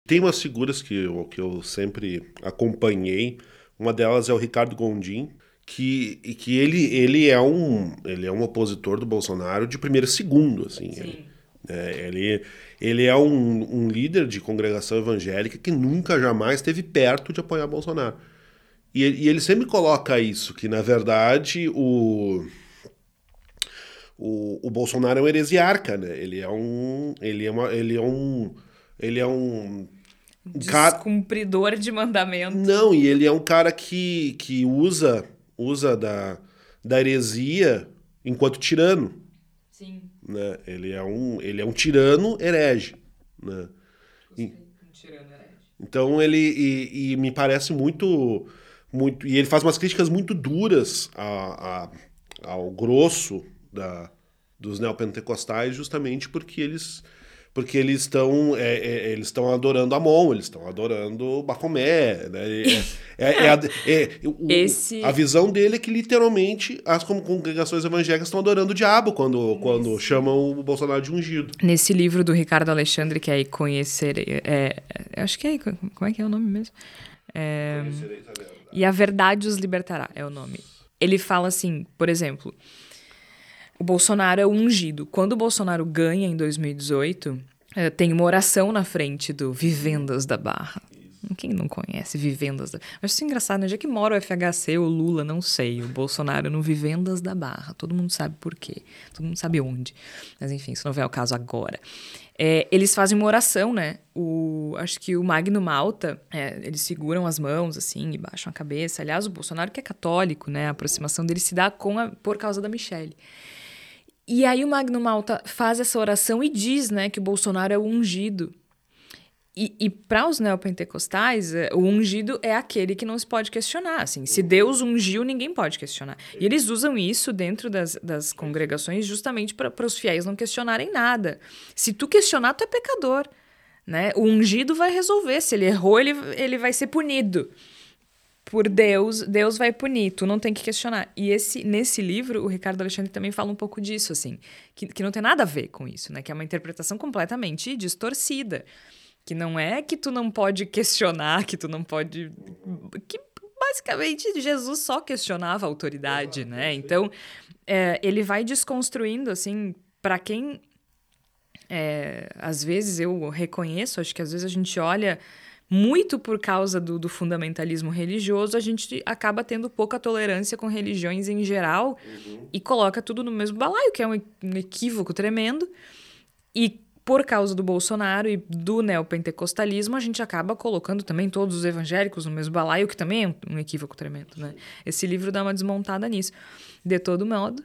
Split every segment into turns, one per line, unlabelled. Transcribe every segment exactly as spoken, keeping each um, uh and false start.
Tem umas figuras que eu, que eu sempre acompanhei. Uma delas é o Ricardo Gondim, que, que ele, ele, é um, ele é um opositor do Bolsonaro de primeiro e segundo. Assim. Ele, é, ele, ele é um, um líder de congregação evangélica que nunca, jamais esteve perto de apoiar Bolsonaro. E, e ele sempre coloca isso, que na verdade o... O, o Bolsonaro é um heresiarca, né? Ele é um... Ele é, uma, ele é um... Ele é um...
Descumpridor de mandamento.
Não, e ele é um cara que, que usa, usa da, da heresia enquanto tirano.
Sim.
Né? Ele, é um, ele é um tirano herege. Né? E,
um tirano herege.
Então ele... E, e me parece muito, muito... E ele faz umas críticas muito duras a, a, ao grosso... Da, dos neopentecostais, justamente porque eles porque eles estão é, é, eles estão adorando Amon, eles estão adorando Bafomé, né? É, é, é, a, é, o,
Esse...
a visão dele é que literalmente as congregações evangélicas estão adorando o diabo quando, quando chamam o Bolsonaro de ungido.
Nesse livro do Ricardo Alexandre, que é Conhecer... É, acho que é... Como é que é o nome mesmo? É, e a Verdade os Libertará, é o nome. Ele fala assim, por exemplo... O Bolsonaro é o ungido. Quando o Bolsonaro ganha em dois mil e dezoito, é, tem uma oração na frente do Vivendas da Barra. Quem não conhece Vivendas da Barra? Acho isso engraçado, né? Onde é que mora o F H C ou Lula? Não sei. O Bolsonaro no Vivendas da Barra. Todo mundo sabe por quê. Todo mundo sabe onde. Mas enfim, isso não vem ao caso agora. É, eles fazem uma oração, né? O, acho que o Magno Malta, é, eles seguram as mãos, assim, e baixam a cabeça. Aliás, o Bolsonaro que é católico, né? A aproximação dele se dá com a, por causa da Michelle. E aí o Magno Malta faz essa oração e diz, né, que o Bolsonaro é o ungido. E, e para os neopentecostais, o ungido é aquele que não se pode questionar. Assim, se Deus ungiu, ninguém pode questionar. E eles usam isso dentro das, das congregações justamente para os fiéis não questionarem nada. Se tu questionar, tu é pecador. Né? O ungido vai resolver. Se ele errou, ele, ele vai ser punido. Por Deus, Deus vai punir, tu não tem que questionar. E esse, nesse livro, o Ricardo Alexandre também fala um pouco disso, assim, que, que não tem nada a ver com isso, né? Que é uma interpretação completamente distorcida. Que não é que tu não pode questionar, que tu não pode... Que basicamente Jesus só questionava a autoridade, né? Então, é, ele vai desconstruindo, assim, para quem... É, às vezes eu reconheço, acho que às vezes a gente olha... Muito por causa do, do fundamentalismo religioso, a gente acaba tendo pouca tolerância com religiões em geral uhum. e coloca tudo no mesmo balaio, que é um, um equívoco tremendo. E por causa do Bolsonaro e do neopentecostalismo, a gente acaba colocando também todos os evangélicos no mesmo balaio, que também é um equívoco tremendo, né? Esse livro dá uma desmontada nisso. De todo modo...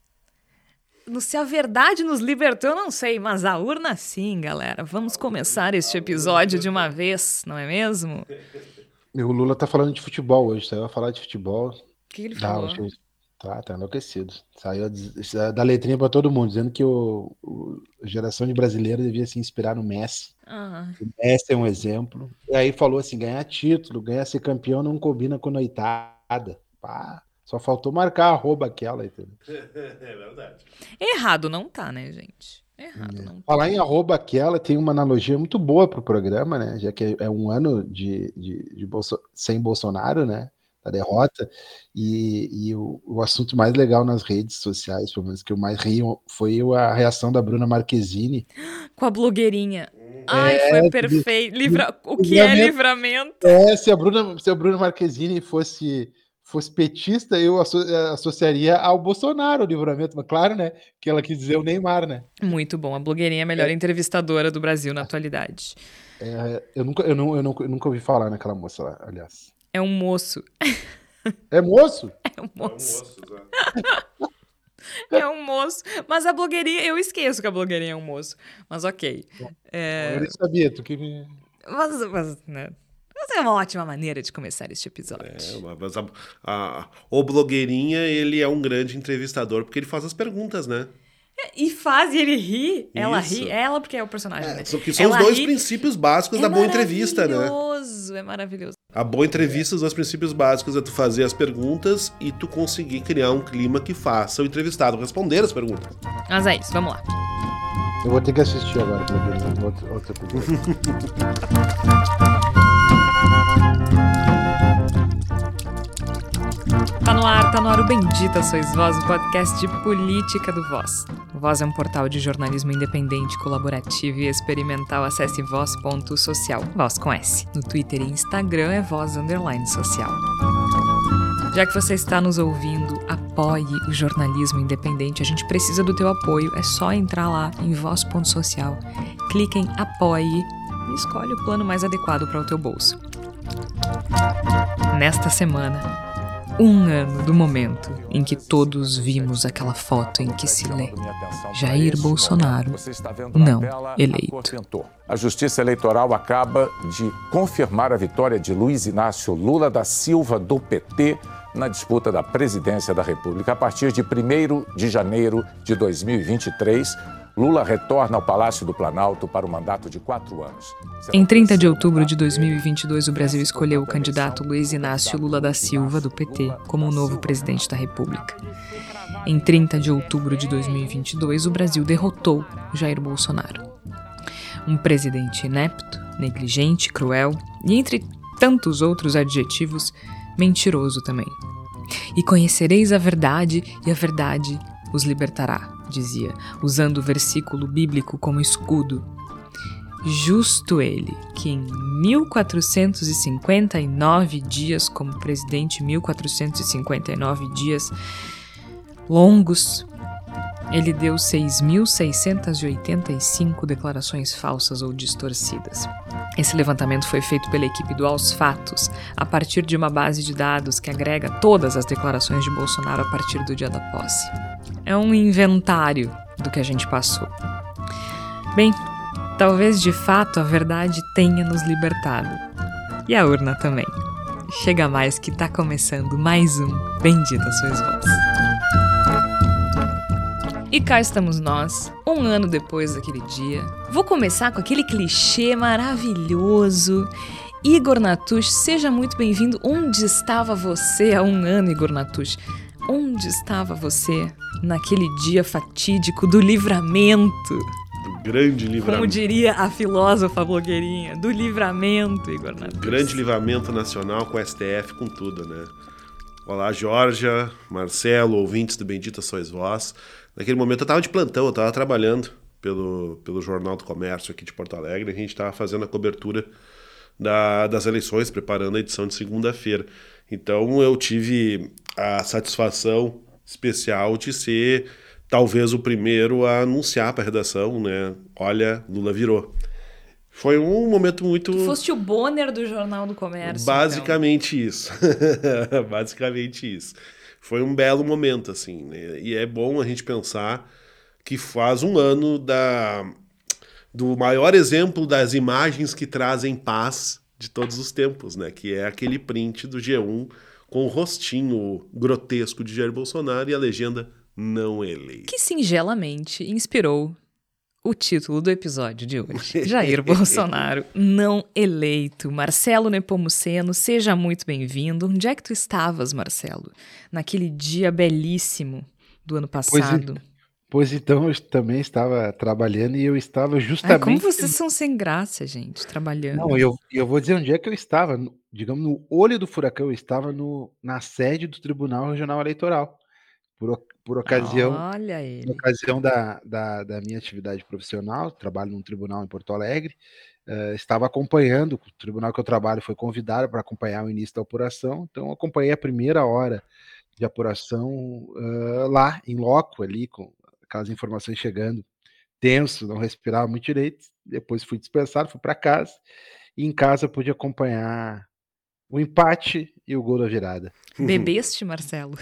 Se a verdade nos libertou, eu não sei, mas a urna sim, galera. Vamos começar este episódio de uma vez, não é mesmo?
O Lula tá falando de futebol hoje, saiu a falar de futebol.
O que ele
Não,
falou?
que... Tá, tá enlouquecido. Saiu da letrinha pra todo mundo, dizendo que o, o, a geração de brasileiros devia se inspirar no Messi.
Ah.
O Messi é um exemplo. E aí falou assim, ganhar título, ganhar ser campeão não combina com noitada. Pá. Só faltou marcar a arroba aquela, entendeu?
É verdade.
Errado não tá, né, gente? Errado
é.
não tá.
Falar em arroba aquela tem uma analogia muito boa pro programa, né? Já que é um ano de, de, de Bolso... sem Bolsonaro, né? Da derrota. E, e o, o assunto mais legal nas redes sociais, pelo menos que eu mais ri, foi a reação da Bruna Marquezine.
Com a blogueirinha. Ai, é, foi perfeito. De, Livra... O que é livramento?
É, se a Bruna, se a Bruna Marquezine fosse... fosse petista, eu associaria ao Bolsonaro o livramento, mas claro, né, que ela quis dizer o Neymar, né.
Muito bom, a blogueirinha é a melhor
é.
entrevistadora do Brasil na atualidade.
É, eu, nunca, eu, não, eu, não, eu nunca ouvi falar naquela moça lá, aliás.
É um moço.
É moço?
É um moço. É um moço. Mas a blogueirinha, eu esqueço que a blogueirinha é um moço, mas ok.
É... Eu nem sabia, tu que me...
Mas, mas né... Mas é uma ótima maneira de começar este episódio.
É, mas a, a, o blogueirinha, ele é um grande entrevistador, porque ele faz as perguntas, né?
É, e faz, e ele ri. Isso. Ela ri. Ela, porque é o personagem,
é,
né?
Que são
ela
os dois
ri.
princípios básicos
é
da boa entrevista, né?
É maravilhoso, é maravilhoso.
A boa entrevista, os dois princípios básicos é tu fazer as perguntas e tu conseguir criar um clima que faça o entrevistado responder as perguntas.
Mas é isso, vamos lá.
Eu vou ter que assistir agora, outro, outro episódio.
no ar, tá no ar o Bendita Sois Voz, o podcast de política do Voz. O Voz é um portal de jornalismo independente, colaborativo e experimental. Acesse voz ponto social, Voz com S. No Twitter e Instagram é Voz underline social. Já que você está nos ouvindo, apoie o jornalismo independente. A gente precisa do teu apoio. É só entrar lá em voz ponto social, clique em apoie e escolhe o plano mais adequado para o teu bolso. Nesta semana, um ano do momento em que todos vimos aquela foto em que se lê Jair Bolsonaro não eleito.
A Justiça Eleitoral acaba de confirmar a vitória de Luiz Inácio Lula da Silva, do P T, na disputa da presidência da República. A partir de primeiro de janeiro de dois mil e vinte e três, Lula retorna ao Palácio do Planalto para um mandato de quatro anos.
Em trinta de outubro de dois mil e vinte e dois, o Brasil escolheu o candidato Luiz Inácio Lula da Silva, do P T, como o novo presidente da República. Em trinta de outubro de dois mil e vinte e dois, o Brasil derrotou Jair Bolsonaro. Um presidente inepto, negligente, cruel e, entre tantos outros adjetivos, mentiroso também. E conhecereis a verdade, e a verdade os libertará, dizia, usando o versículo bíblico como escudo. Justo ele, que em mil quatrocentos e cinquenta e nove dias, como presidente, mil quatrocentos e cinquenta e nove dias longos, ele deu seis mil seiscentos e oitenta e cinco declarações falsas ou distorcidas. Esse levantamento foi feito pela equipe do Aos Fatos, a partir de uma base de dados que agrega todas as declarações de Bolsonaro a partir do dia da posse. É um inventário do que a gente passou. Bem, talvez de fato a verdade tenha nos libertado. E a urna também. Chega mais que tá começando mais um Bendita Sois Vós. E cá estamos nós, um ano depois daquele dia. Vou começar com aquele clichê maravilhoso. Igor Natush, seja muito bem-vindo. Onde estava você há um ano, Igor Natush? Onde estava você naquele dia fatídico do livramento?
Do grande livramento.
Como diria a filósofa blogueirinha, do livramento, Igor Natush.
Grande livramento nacional com o S T F, com tudo, né? Olá, Georgia, Marcelo, ouvintes do Bendita Sois Vós. Naquele momento eu estava de plantão, eu estava trabalhando pelo, pelo Jornal do Comércio aqui de Porto Alegre. A gente estava fazendo a cobertura da, das eleições, preparando a edição de segunda-feira. Então eu tive a satisfação especial de ser talvez o primeiro a anunciar para a redação, né? Olha, Lula virou. Foi um momento muito...
Tu foste o Bonner do Jornal do Comércio.
Basicamente
então.
isso. Basicamente isso. Foi um belo momento, assim, né? E é bom a gente pensar que faz um ano da, do maior exemplo das imagens que trazem paz de todos os tempos, né? Que é aquele print do G um com o rostinho grotesco de Jair Bolsonaro e a legenda não eleito.
Que singelamente inspirou o título do episódio de hoje. Jair Bolsonaro não eleito. Marcelo Nepomuceno, seja muito bem-vindo. Onde é que tu estavas, Marcelo? Naquele dia belíssimo do ano passado.
Pois, pois então, eu também estava trabalhando e eu estava justamente...
Ah, como vocês são sem graça, gente, trabalhando.
Não, eu, eu vou dizer onde é que eu estava. No, digamos, no olho do furacão, eu estava no, na sede do Tribunal Regional Eleitoral. Por, por ocasião,
Olha ele.
por ocasião da, da, da minha atividade profissional, trabalho num tribunal em Porto Alegre, uh, estava acompanhando, o tribunal que eu trabalho foi convidado para acompanhar o início da apuração, então eu acompanhei a primeira hora de apuração uh, lá, em loco, ali, com aquelas informações chegando, tenso, não respirava muito direito, depois fui dispensado, fui para casa, e em casa pude acompanhar o empate e o gol da virada.
Bebeste, Marcelo?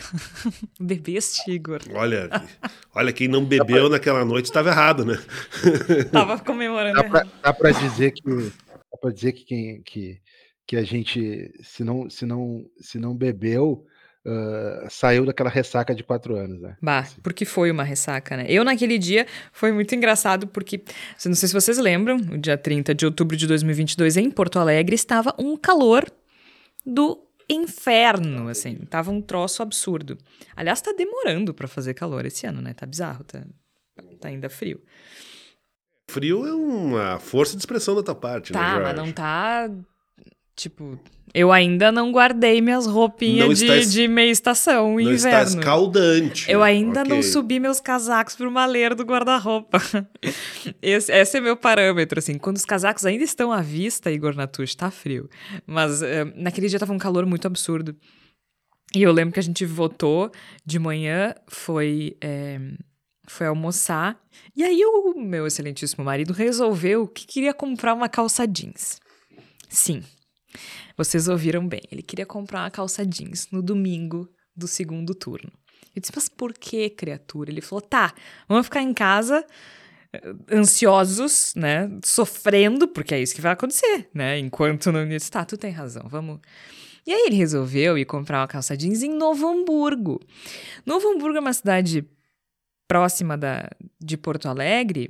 Bebeste, Igor?
Olha, olha, quem não bebeu naquela noite estava errado, né?
Tava comemorando.
Dá pra, dá pra dizer que dá pra dizer que, quem, que, que a gente, se não, se não, se não bebeu, uh, saiu daquela ressaca de quatro anos, né?
Bah,
Assim.
Porque foi uma ressaca, né? Eu, naquele dia, foi muito engraçado, porque, não sei se vocês lembram, o dia trinta de outubro de dois mil e vinte e dois, em Porto Alegre, estava um calor do inferno, assim, tava um troço absurdo. Aliás, tá demorando pra fazer calor esse ano, né? Tá bizarro, tá, tá ainda frio.
Frio é uma força de expressão da tua parte,
tá,
né, Jorge?
Mas não tá Tipo, eu ainda não guardei minhas roupinhas de,
estás,
de meia estação,
não
inverno.
Está escaldante.
Eu ainda
okay.
não subi meus casacos pro maleiro do guarda-roupa. Esse, esse é meu parâmetro, assim. Quando os casacos ainda estão à vista, Igor Natush, tá frio. Mas uh, naquele dia tava um calor muito absurdo. E eu lembro que a gente votou de manhã, foi, é, foi almoçar. E aí o meu excelentíssimo marido resolveu que queria comprar uma calça jeans. Sim. Vocês ouviram bem, ele queria comprar uma calça jeans no domingo do segundo turno. Eu disse, mas por que, criatura? Ele falou, tá, vamos ficar em casa ansiosos, né, sofrendo, porque é isso que vai acontecer, né, enquanto não... Eu disse, tá, tu tem razão, vamos... E aí ele resolveu ir comprar uma calça jeans em Novo Hamburgo. Novo Hamburgo é uma cidade próxima da, de Porto Alegre...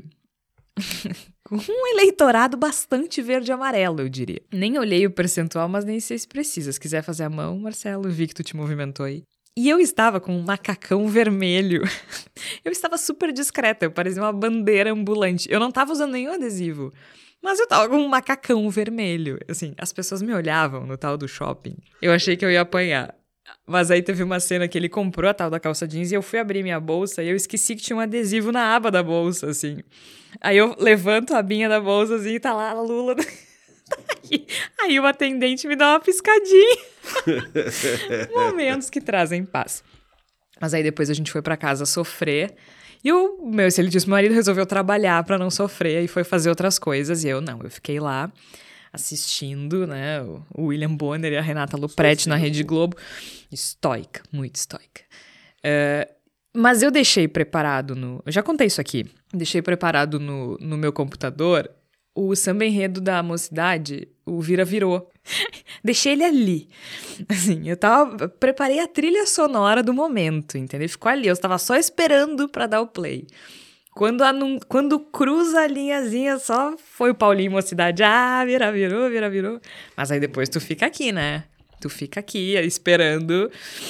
com um eleitorado bastante verde e amarelo, eu diria. Nem olhei o percentual, mas nem sei se precisa. Se quiser fazer a mão, Marcelo, vi que tu te movimentou aí. E eu estava com um macacão vermelho. Eu estava super discreta, eu parecia uma bandeira ambulante. Eu não estava usando nenhum adesivo, mas eu estava com um macacão vermelho. Assim, as pessoas me olhavam no tal do shopping. Eu achei que eu ia apanhar. Mas aí teve uma cena que ele comprou a tal da calça jeans e eu fui abrir minha bolsa e eu esqueci que tinha um adesivo na aba da bolsa, assim. Aí eu levanto a abinha da bolsa, assim, e tá lá a Lula. aí, aí o atendente me dá uma piscadinha. Momentos que trazem paz. Mas aí depois a gente foi pra casa sofrer. E o meu excelentíssimo marido resolveu trabalhar pra não sofrer e foi fazer outras coisas. E eu não, eu fiquei lá assistindo, né, o William Bonner e a Renata Lupretti na Rede Globo. Estoica, muito estoica. Uh, mas eu deixei preparado no... Eu já contei isso aqui. Deixei preparado no, no meu computador o samba enredo da Mocidade, o Vira Virou. Deixei ele ali. Assim, eu tava... Preparei a trilha sonora do momento, entendeu? Ficou ali, eu estava só esperando pra dar o play. Quando, anun... Quando cruza a linhazinha, só foi o Paulinho Mocidade. Ah, vira, virou, vira, virou. Mas aí depois tu fica aqui, né? Tu fica aqui esperando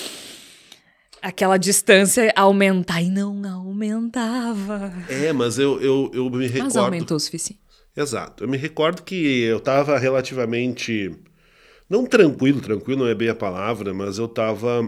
aquela distância aumentar. E não aumentava.
É, mas eu, eu, eu me recordo...
Mas aumentou o suficiente.
Exato. Eu me recordo que eu tava relativamente... Não tranquilo, tranquilo não é bem a palavra, mas eu tava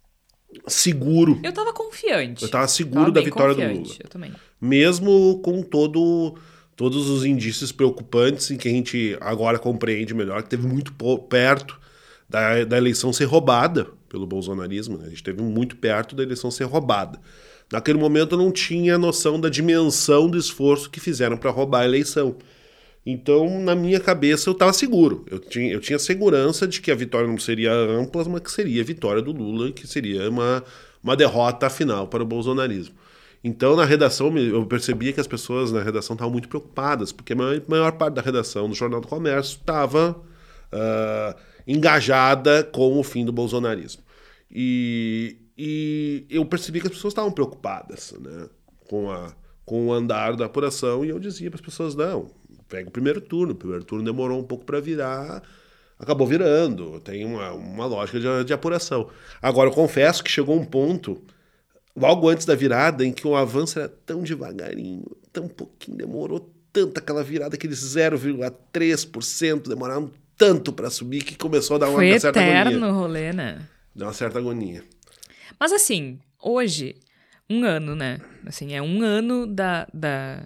seguro.
Eu tava confiante.
Eu tava seguro tava da vitória confiante. do Lula.
Eu também.
Mesmo com todo, todos os indícios preocupantes em que a gente agora compreende melhor, que teve muito perto da, da eleição ser roubada pelo bolsonarismo, né? A gente esteve muito perto da eleição ser roubada. Naquele momento eu não tinha noção da dimensão do esforço que fizeram para roubar a eleição. Então, na minha cabeça, eu estava seguro. Eu tinha, eu tinha segurança de que a vitória não seria ampla, mas que seria a vitória do Lula, que seria uma, uma derrota final para o bolsonarismo. Então, na redação, eu percebia que as pessoas na redação estavam muito preocupadas, porque a maior, maior parte da redação do Jornal do Comércio estava uh, engajada com o fim do bolsonarismo. E, e eu percebi que as pessoas estavam preocupadas, né, com, a, com o andar da apuração, e eu dizia para as pessoas, não, pega o primeiro turno, o primeiro turno demorou um pouco para virar, acabou virando, tem uma, uma lógica de, de apuração. Agora, eu confesso que chegou um ponto, logo antes da virada, em que o avanço era tão devagarinho, tão pouquinho, demorou tanto aquela virada, aqueles zero vírgula três por cento demoraram tanto para subir que começou a dar uma,
Foi
uma certa agonia. Foi
eterno o rolê, né?
Deu uma certa agonia.
Mas assim, hoje, um ano, né? Assim, é um ano da... da...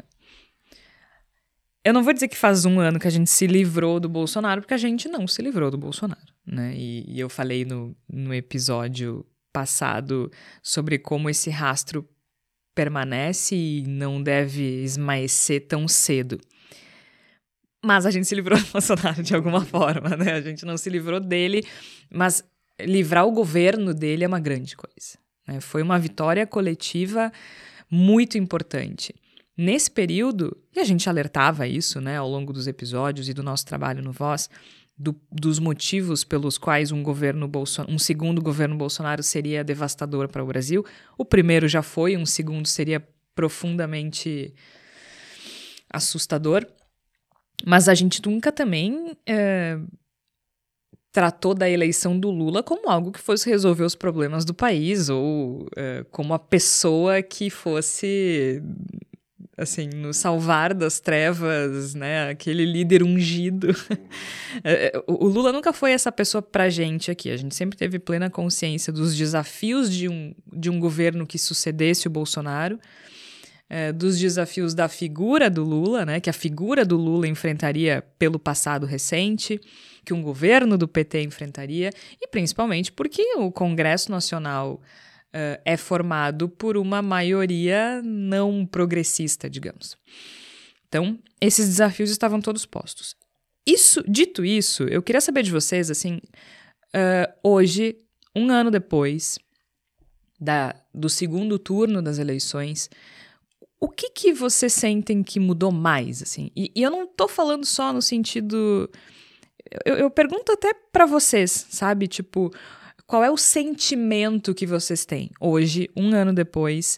Eu não vou dizer que faz um ano que a gente se livrou do Bolsonaro, porque a gente não se livrou do Bolsonaro, né? E, e eu falei no, no episódio passado sobre como esse rastro permanece e não deve esmaecer tão cedo. Mas a gente se livrou do Bolsonaro de alguma forma, né? A gente não se livrou dele, mas livrar o governo dele é uma grande coisa, né? Foi uma vitória coletiva muito importante. Nesse período, e a gente alertava isso, né, ao longo dos episódios e do nosso trabalho no Voz, do, dos motivos pelos quais um, governo Bolson- um segundo governo Bolsonaro seria devastador para o Brasil. O primeiro já foi, um segundo seria profundamente assustador. Mas a gente nunca também é, tratou da eleição do Lula como algo que fosse resolver os problemas do país ou é, como a pessoa que fosse assim, no salvar das trevas, né? Aquele líder ungido. O Lula nunca foi essa pessoa pra gente aqui. A gente sempre teve plena consciência dos desafios de um, de um governo que sucedesse o Bolsonaro, é, dos desafios da figura do Lula, né? Que a figura do Lula enfrentaria pelo passado recente, que um governo do P T enfrentaria, e principalmente porque o Congresso Nacional uh, é formado por uma maioria não progressista, digamos. Então, esses desafios estavam todos postos. Isso, dito isso, eu queria saber de vocês, assim, uh, hoje, um ano depois da, do segundo turno das eleições, o que, que vocês sentem que mudou mais, assim? E, e eu não tô falando só no sentido... Eu, eu pergunto até pra vocês, sabe? Tipo, qual é o sentimento que vocês têm hoje, um ano depois?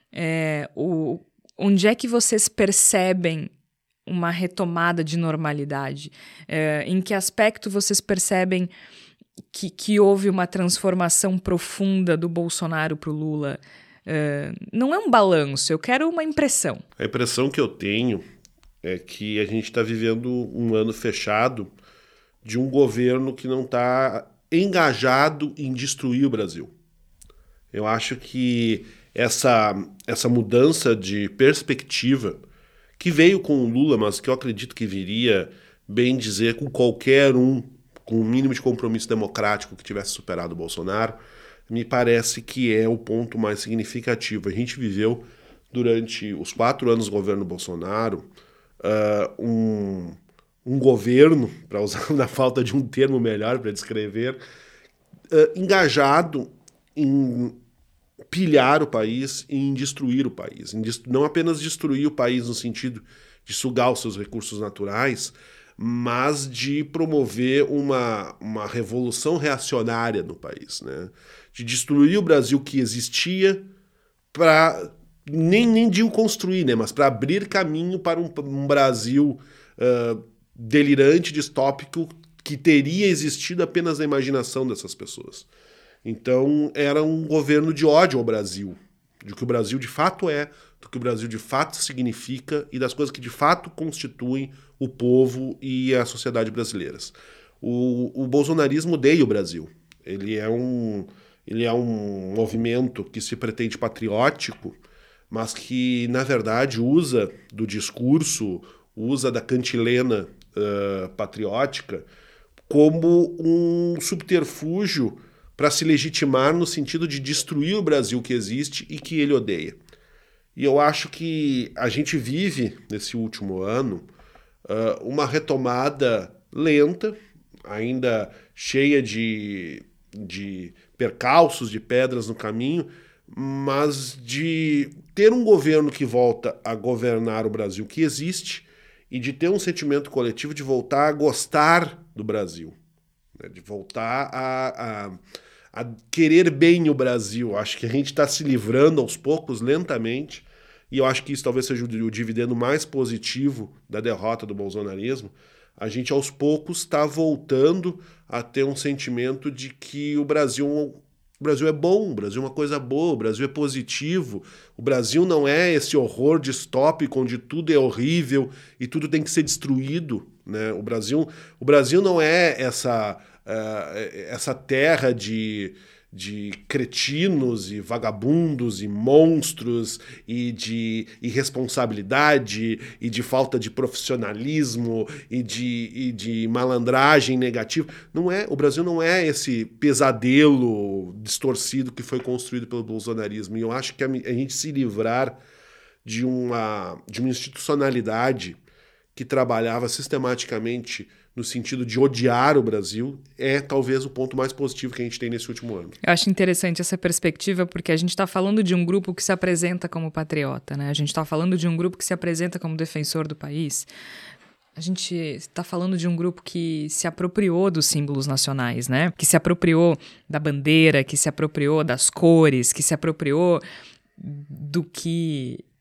É, o, onde é que vocês percebem uma retomada de normalidade? É, em que aspecto vocês percebem que, que houve uma transformação profunda do Bolsonaro pro Lula? É, não é um balanço, eu quero uma impressão.
A impressão que eu tenho é que a gente está vivendo um ano fechado de um governo que não está engajado em destruir o Brasil. Eu acho que essa, essa mudança de perspectiva, que veio com o Lula, mas que eu acredito que viria, bem dizer, com qualquer um, com o mínimo de compromisso democrático que tivesse superado o Bolsonaro, me parece que é o ponto mais significativo. A gente viveu, durante os quatro anos do governo Bolsonaro, uh, um... um governo, para usar na falta de um termo melhor para descrever, uh, engajado em pilhar o país e em destruir o país. Em dest- não apenas destruir o país no sentido de sugar os seus recursos naturais, mas de promover uma, uma revolução reacionária no país, né? De destruir o Brasil que existia para... Nem, nem digo construir, né? Mas para abrir caminho para um, um Brasil... Uh, delirante, distópico, que teria existido apenas na imaginação dessas pessoas. Então, era um governo de ódio ao Brasil, do que o Brasil de fato é, do que o Brasil de fato significa e das coisas que de fato constituem o povo e a sociedade brasileiras. O, o bolsonarismo odeia o Brasil. Ele é, um, ele é um movimento que se pretende patriótico, mas que, na verdade, usa do discurso, usa da cantilena Uh, patriótica como um subterfúgio para se legitimar no sentido de destruir o Brasil que existe e que ele odeia. E eu acho que a gente vive, nesse último ano, uh, uma retomada lenta, ainda cheia de, de percalços, de pedras no caminho, mas de ter um governo que volta a governar o Brasil que existe e de ter um sentimento coletivo de voltar a gostar do Brasil, né? De voltar a, a, a querer bem o Brasil. Acho que a gente está se livrando aos poucos, lentamente, e eu acho que isso talvez seja o, o dividendo mais positivo da derrota do bolsonarismo. A gente, aos poucos, está voltando a ter um sentimento de que o Brasil... O Brasil é bom, o Brasil é uma coisa boa, o Brasil é positivo, o Brasil não é esse horror distópico onde tudo é horrível e tudo tem que ser destruído, né? O Brasil, o Brasil não é essa, uh, essa terra de, de cretinos e vagabundos e monstros e de irresponsabilidade e de falta de profissionalismo e de, e de malandragem negativa. Não é, o Brasil não é esse pesadelo distorcido que foi construído pelo bolsonarismo. E eu acho que a, a gente se livrar de uma, de uma institucionalidade que trabalhava sistematicamente no sentido de odiar o Brasil, é talvez o ponto mais positivo que a gente tem nesse último ano.
Eu acho interessante essa perspectiva, porque a gente está falando de um grupo que se apresenta como patriota, né? A gente está falando de um grupo que se apresenta como defensor do país. A gente está falando de um grupo que se apropriou dos símbolos nacionais, né? Que se apropriou da bandeira, que se apropriou das cores, que se apropriou do que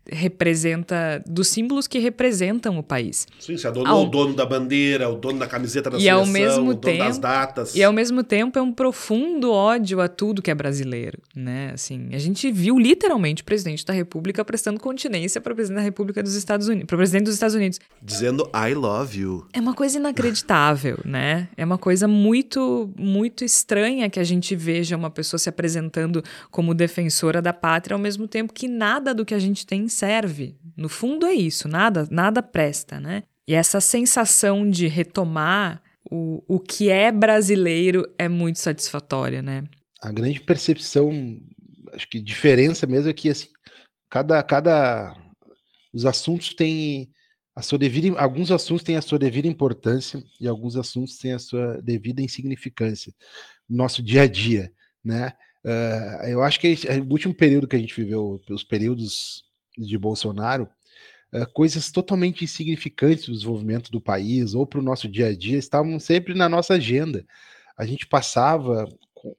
representa, dos símbolos que representam o país.
Sim, você adonou
ao...
o dono da bandeira, o dono da camiseta da
e
seleção,
ao mesmo
o dono
tempo,
das datas.
E ao mesmo tempo é um profundo ódio a tudo que é brasileiro, né? Assim, a gente viu literalmente o presidente da República prestando continência para o presidente da República dos Estados Unidos, para o presidente dos Estados Unidos.
Dizendo I love you.
É uma coisa inacreditável, né? É uma coisa muito, muito estranha que a gente veja uma pessoa se apresentando como defensora da pátria ao mesmo tempo que nada do que a gente tem serve. No fundo é isso, nada, nada presta, né? E essa sensação de retomar o, o que é brasileiro é muito satisfatória, né?
A grande percepção, acho que diferença mesmo é que assim, cada, cada os assuntos têm a sua devida, alguns assuntos têm a sua devida importância e alguns assuntos têm a sua devida insignificância no nosso dia a dia, né? Uh, eu acho que o último período que a gente viveu, os períodos de Bolsonaro, uh, coisas totalmente insignificantes do desenvolvimento do país ou para o nosso dia a dia estavam sempre na nossa agenda. A gente passava,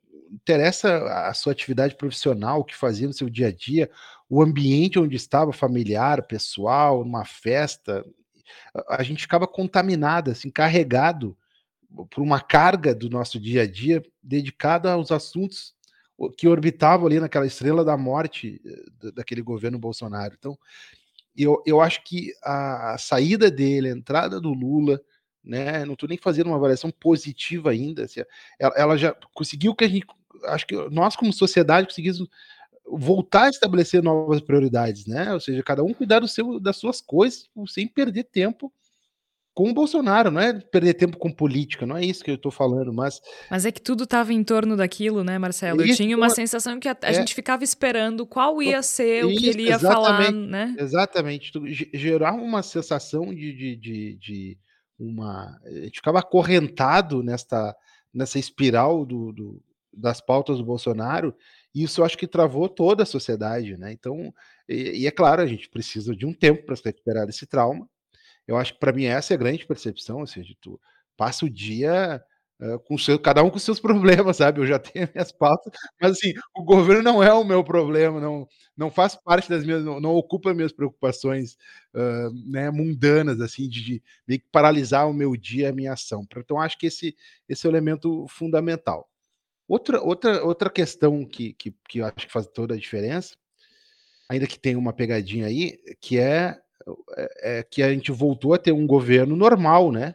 interessa a sua atividade profissional, o que fazia no seu dia a dia, o ambiente onde estava, familiar, pessoal, numa festa, a, a gente ficava contaminado, assim, carregado por uma carga do nosso dia a dia dedicada aos assuntos que orbitavam ali naquela estrela da morte daquele governo Bolsonaro. Então, eu, eu acho que a, a saída dele, a entrada do Lula, né, não estou nem fazendo uma avaliação positiva ainda, assim, ela, ela já conseguiu que a gente, acho que nós como sociedade conseguimos voltar a estabelecer novas prioridades, né, ou seja, cada um cuidar do seu, das suas coisas sem perder tempo com o Bolsonaro, não é perder tempo com política, não é isso que eu estou falando, mas...
Mas é que tudo estava em torno daquilo, né, Marcelo? Eu
isso,
tinha uma sensação que a, a
é,
gente ficava esperando qual ia ser
isso,
o que ele ia falar, né?
Exatamente, gerar uma sensação de, de, de, de uma... A gente ficava acorrentado nesta, nessa espiral do, do, das pautas do Bolsonaro, e isso eu acho que travou toda a sociedade, né? Então, e, e é claro, a gente precisa de um tempo para se recuperar desse trauma. Eu acho que para mim essa é a grande percepção, ou seja, tu passa o dia uh, com seu, cada um com seus problemas, sabe? Eu já tenho minhas pautas, mas assim, o governo não é o meu problema, não, não faz parte das minhas, não, não ocupa minhas preocupações uh, né, mundanas, assim, de, de meio que paralisar o meu dia, a minha ação. Então, acho que esse, esse é o elemento fundamental. Outra, outra, outra questão que, que, que eu acho que faz toda a diferença, ainda que tenha uma pegadinha aí, que é É, é que a gente voltou a ter um governo normal, né?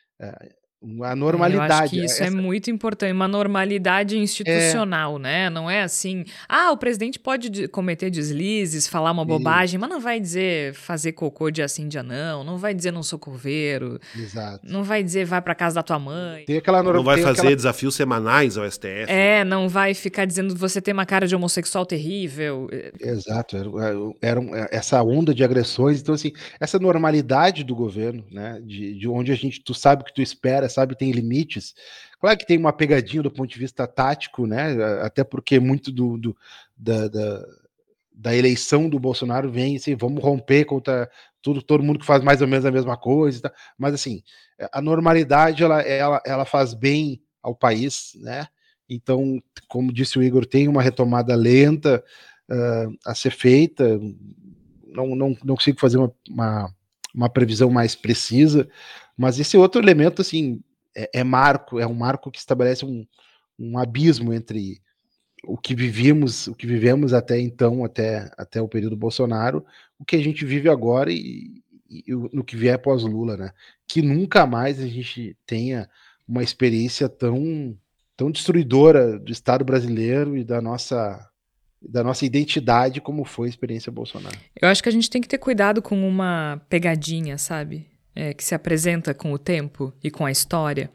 É, uma normalidade.
Eu acho que isso Essa... é muito importante, uma normalidade institucional, é... né? Não é assim, ah, o presidente pode cometer deslizes, falar uma bobagem, isso. Mas não vai dizer fazer cocô dia sim, dia não, não vai dizer não sou coveiro,
exato.
Não vai dizer vai pra casa da tua mãe.
Tem aquela norma, não vai fazer aquela... desafios semanais ao S T F.
É, não vai ficar dizendo você tem uma cara de homossexual terrível.
Exato, era, era essa onda de agressões, então assim, essa normalidade do governo, né, de, de onde a gente, tu sabe o que tu espera, sabe, tem limites. Claro que tem uma pegadinha do ponto de vista tático, né? Até porque muito do, do da, da, da eleição do Bolsonaro vem assim, vamos romper contra tudo, todo mundo que faz mais ou menos a mesma coisa. Tá? Mas assim, a normalidade ela, ela, ela faz bem ao país, né? Então, como disse o Igor, tem uma retomada lenta uh, a ser feita. Não, não, não consigo fazer uma, uma, uma previsão mais precisa. Mas esse outro elemento, assim, é, é marco, é um marco que estabelece um, um abismo entre o que vivíamos, o que vivemos até então, até, até o período Bolsonaro, o que a gente vive agora e, e, e no que vier pós-Lula, né? Que nunca mais a gente tenha uma experiência tão, tão destruidora do Estado brasileiro e da nossa, da nossa identidade como foi a experiência Bolsonaro.
Eu acho que a gente tem que ter cuidado com uma pegadinha, sabe? É, que se apresenta com o tempo e com a história,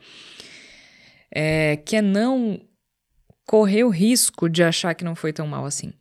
é, que é não correr o risco de achar que não foi tão mal assim,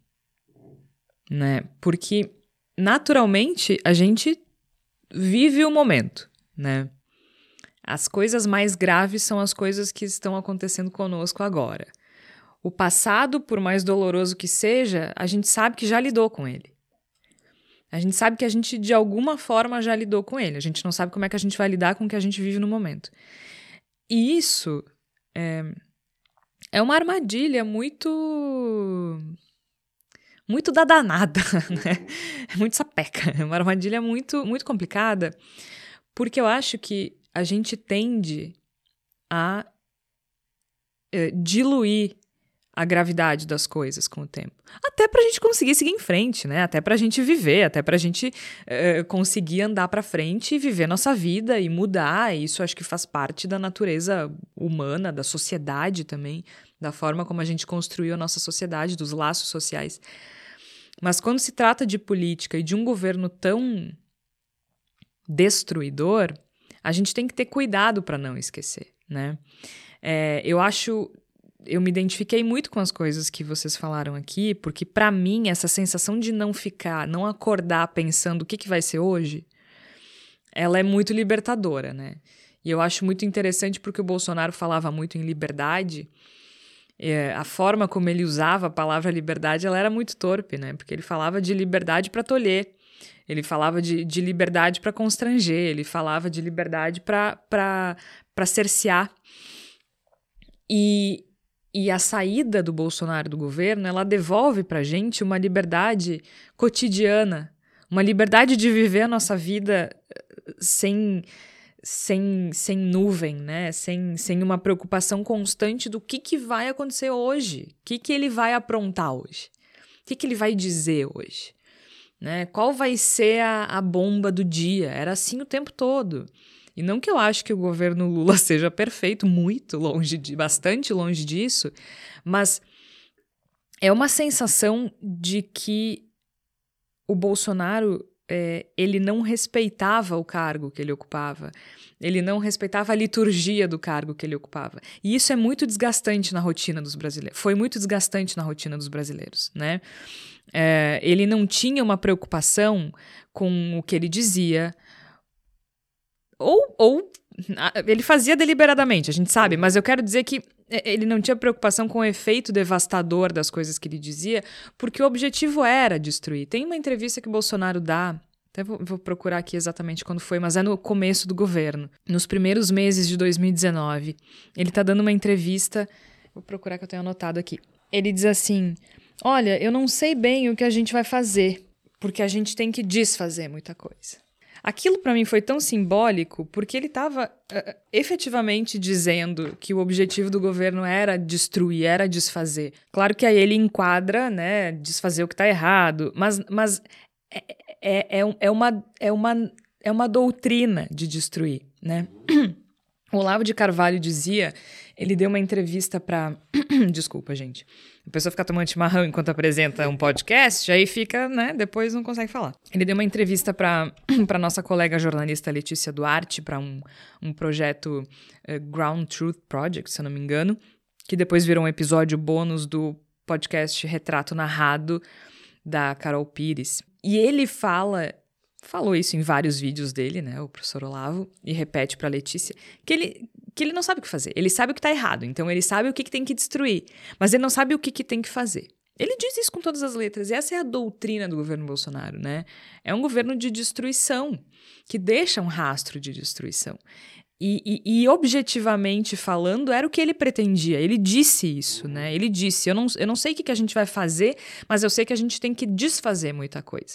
né? Porque, naturalmente, a gente vive o momento, né? As coisas mais graves são as coisas que estão acontecendo conosco agora. O passado, por mais doloroso que seja, a gente sabe que já lidou com ele. A gente sabe que a gente, de alguma forma, já lidou com ele. A gente não sabe como é que a gente vai lidar com o que a gente vive no momento. E isso é, é uma armadilha muito, muito da danada, né? É muito sapeca, é uma armadilha muito, muito complicada, porque eu acho que a gente tende a é, diluir a gravidade das coisas com o tempo. Até pra gente conseguir seguir em frente, né? Até pra gente viver, até pra gente uh, conseguir andar pra frente e viver nossa vida e mudar. E isso acho que faz parte da natureza humana, da sociedade também, da forma como a gente construiu a nossa sociedade, dos laços sociais. Mas quando se trata de política e de um governo tão destruidor, a gente tem que ter cuidado pra não esquecer, né? É, eu acho... Eu me identifiquei muito com as coisas que vocês falaram aqui, porque para mim essa sensação de não ficar, não acordar pensando o que, que vai ser hoje, ela é muito libertadora, né? E eu acho muito interessante porque o Bolsonaro falava muito em liberdade, é, a forma como ele usava a palavra liberdade, ela era muito torpe, né? Porque ele falava de liberdade para tolher, ele falava de, de liberdade para constranger, ele falava de liberdade para cercear. E E a saída do Bolsonaro do governo, ela devolve pra gente uma liberdade cotidiana, uma liberdade de viver a nossa vida sem, sem, sem nuvem, né? Sem, sem uma preocupação constante do que, que vai acontecer hoje, o que, que ele vai aprontar hoje, o que, que ele vai dizer hoje, né? Qual vai ser a, a bomba do dia? Era assim o tempo todo. E não que eu acho que o governo Lula seja perfeito, muito longe, de, bastante longe disso, mas é uma sensação de que o Bolsonaro, é, ele não respeitava o cargo que ele ocupava, ele não respeitava a liturgia do cargo que ele ocupava. E isso é muito desgastante na rotina dos brasileiros, foi muito desgastante na rotina dos brasileiros, né? É, ele não tinha uma preocupação com o que ele dizia, Ou, ou ele fazia deliberadamente, a gente sabe, mas eu quero dizer que ele não tinha preocupação com o efeito devastador das coisas que ele dizia, porque o objetivo era destruir. Tem uma entrevista que o Bolsonaro dá, até vou, vou procurar aqui exatamente quando foi, mas é no começo do governo, nos primeiros meses de dois mil e dezenove. Ele está dando uma entrevista, vou procurar que eu tenho anotado aqui. Ele diz assim, olha, eu não sei bem o que a gente vai fazer, porque a gente tem que desfazer muita coisa. Aquilo para mim foi tão simbólico porque ele estava uh, efetivamente dizendo que o objetivo do governo era destruir, era desfazer. Claro que aí ele enquadra, né, desfazer o que está errado, mas, mas é, é, é, é, uma, é, uma, é uma doutrina de destruir, né? O Olavo de Carvalho dizia, ele deu uma entrevista para... Desculpa, gente. A pessoa fica tomando chimarrão enquanto apresenta um podcast, aí fica, né, depois não consegue falar. Ele deu uma entrevista para a nossa colega jornalista Letícia Duarte, para um, um projeto uh, Ground Truth Project, se eu não me engano, que depois virou um episódio bônus do podcast Retrato Narrado, da Carol Pires. E ele fala... Falou isso em vários vídeos dele, né, o professor Olavo, e repete para a Letícia, que ele, que ele não sabe o que fazer. Ele sabe o que está errado, então ele sabe o que, que tem que destruir, mas ele não sabe o que, que tem que fazer. Ele diz isso com todas as letras, e essa é a doutrina do governo Bolsonaro, né? É um governo de destruição, que deixa um rastro de destruição. E, e, e objetivamente falando, era o que ele pretendia. Ele disse isso, né? Ele disse, eu não, eu não sei o que, que a gente vai fazer, mas eu sei que a gente tem que desfazer muita coisa.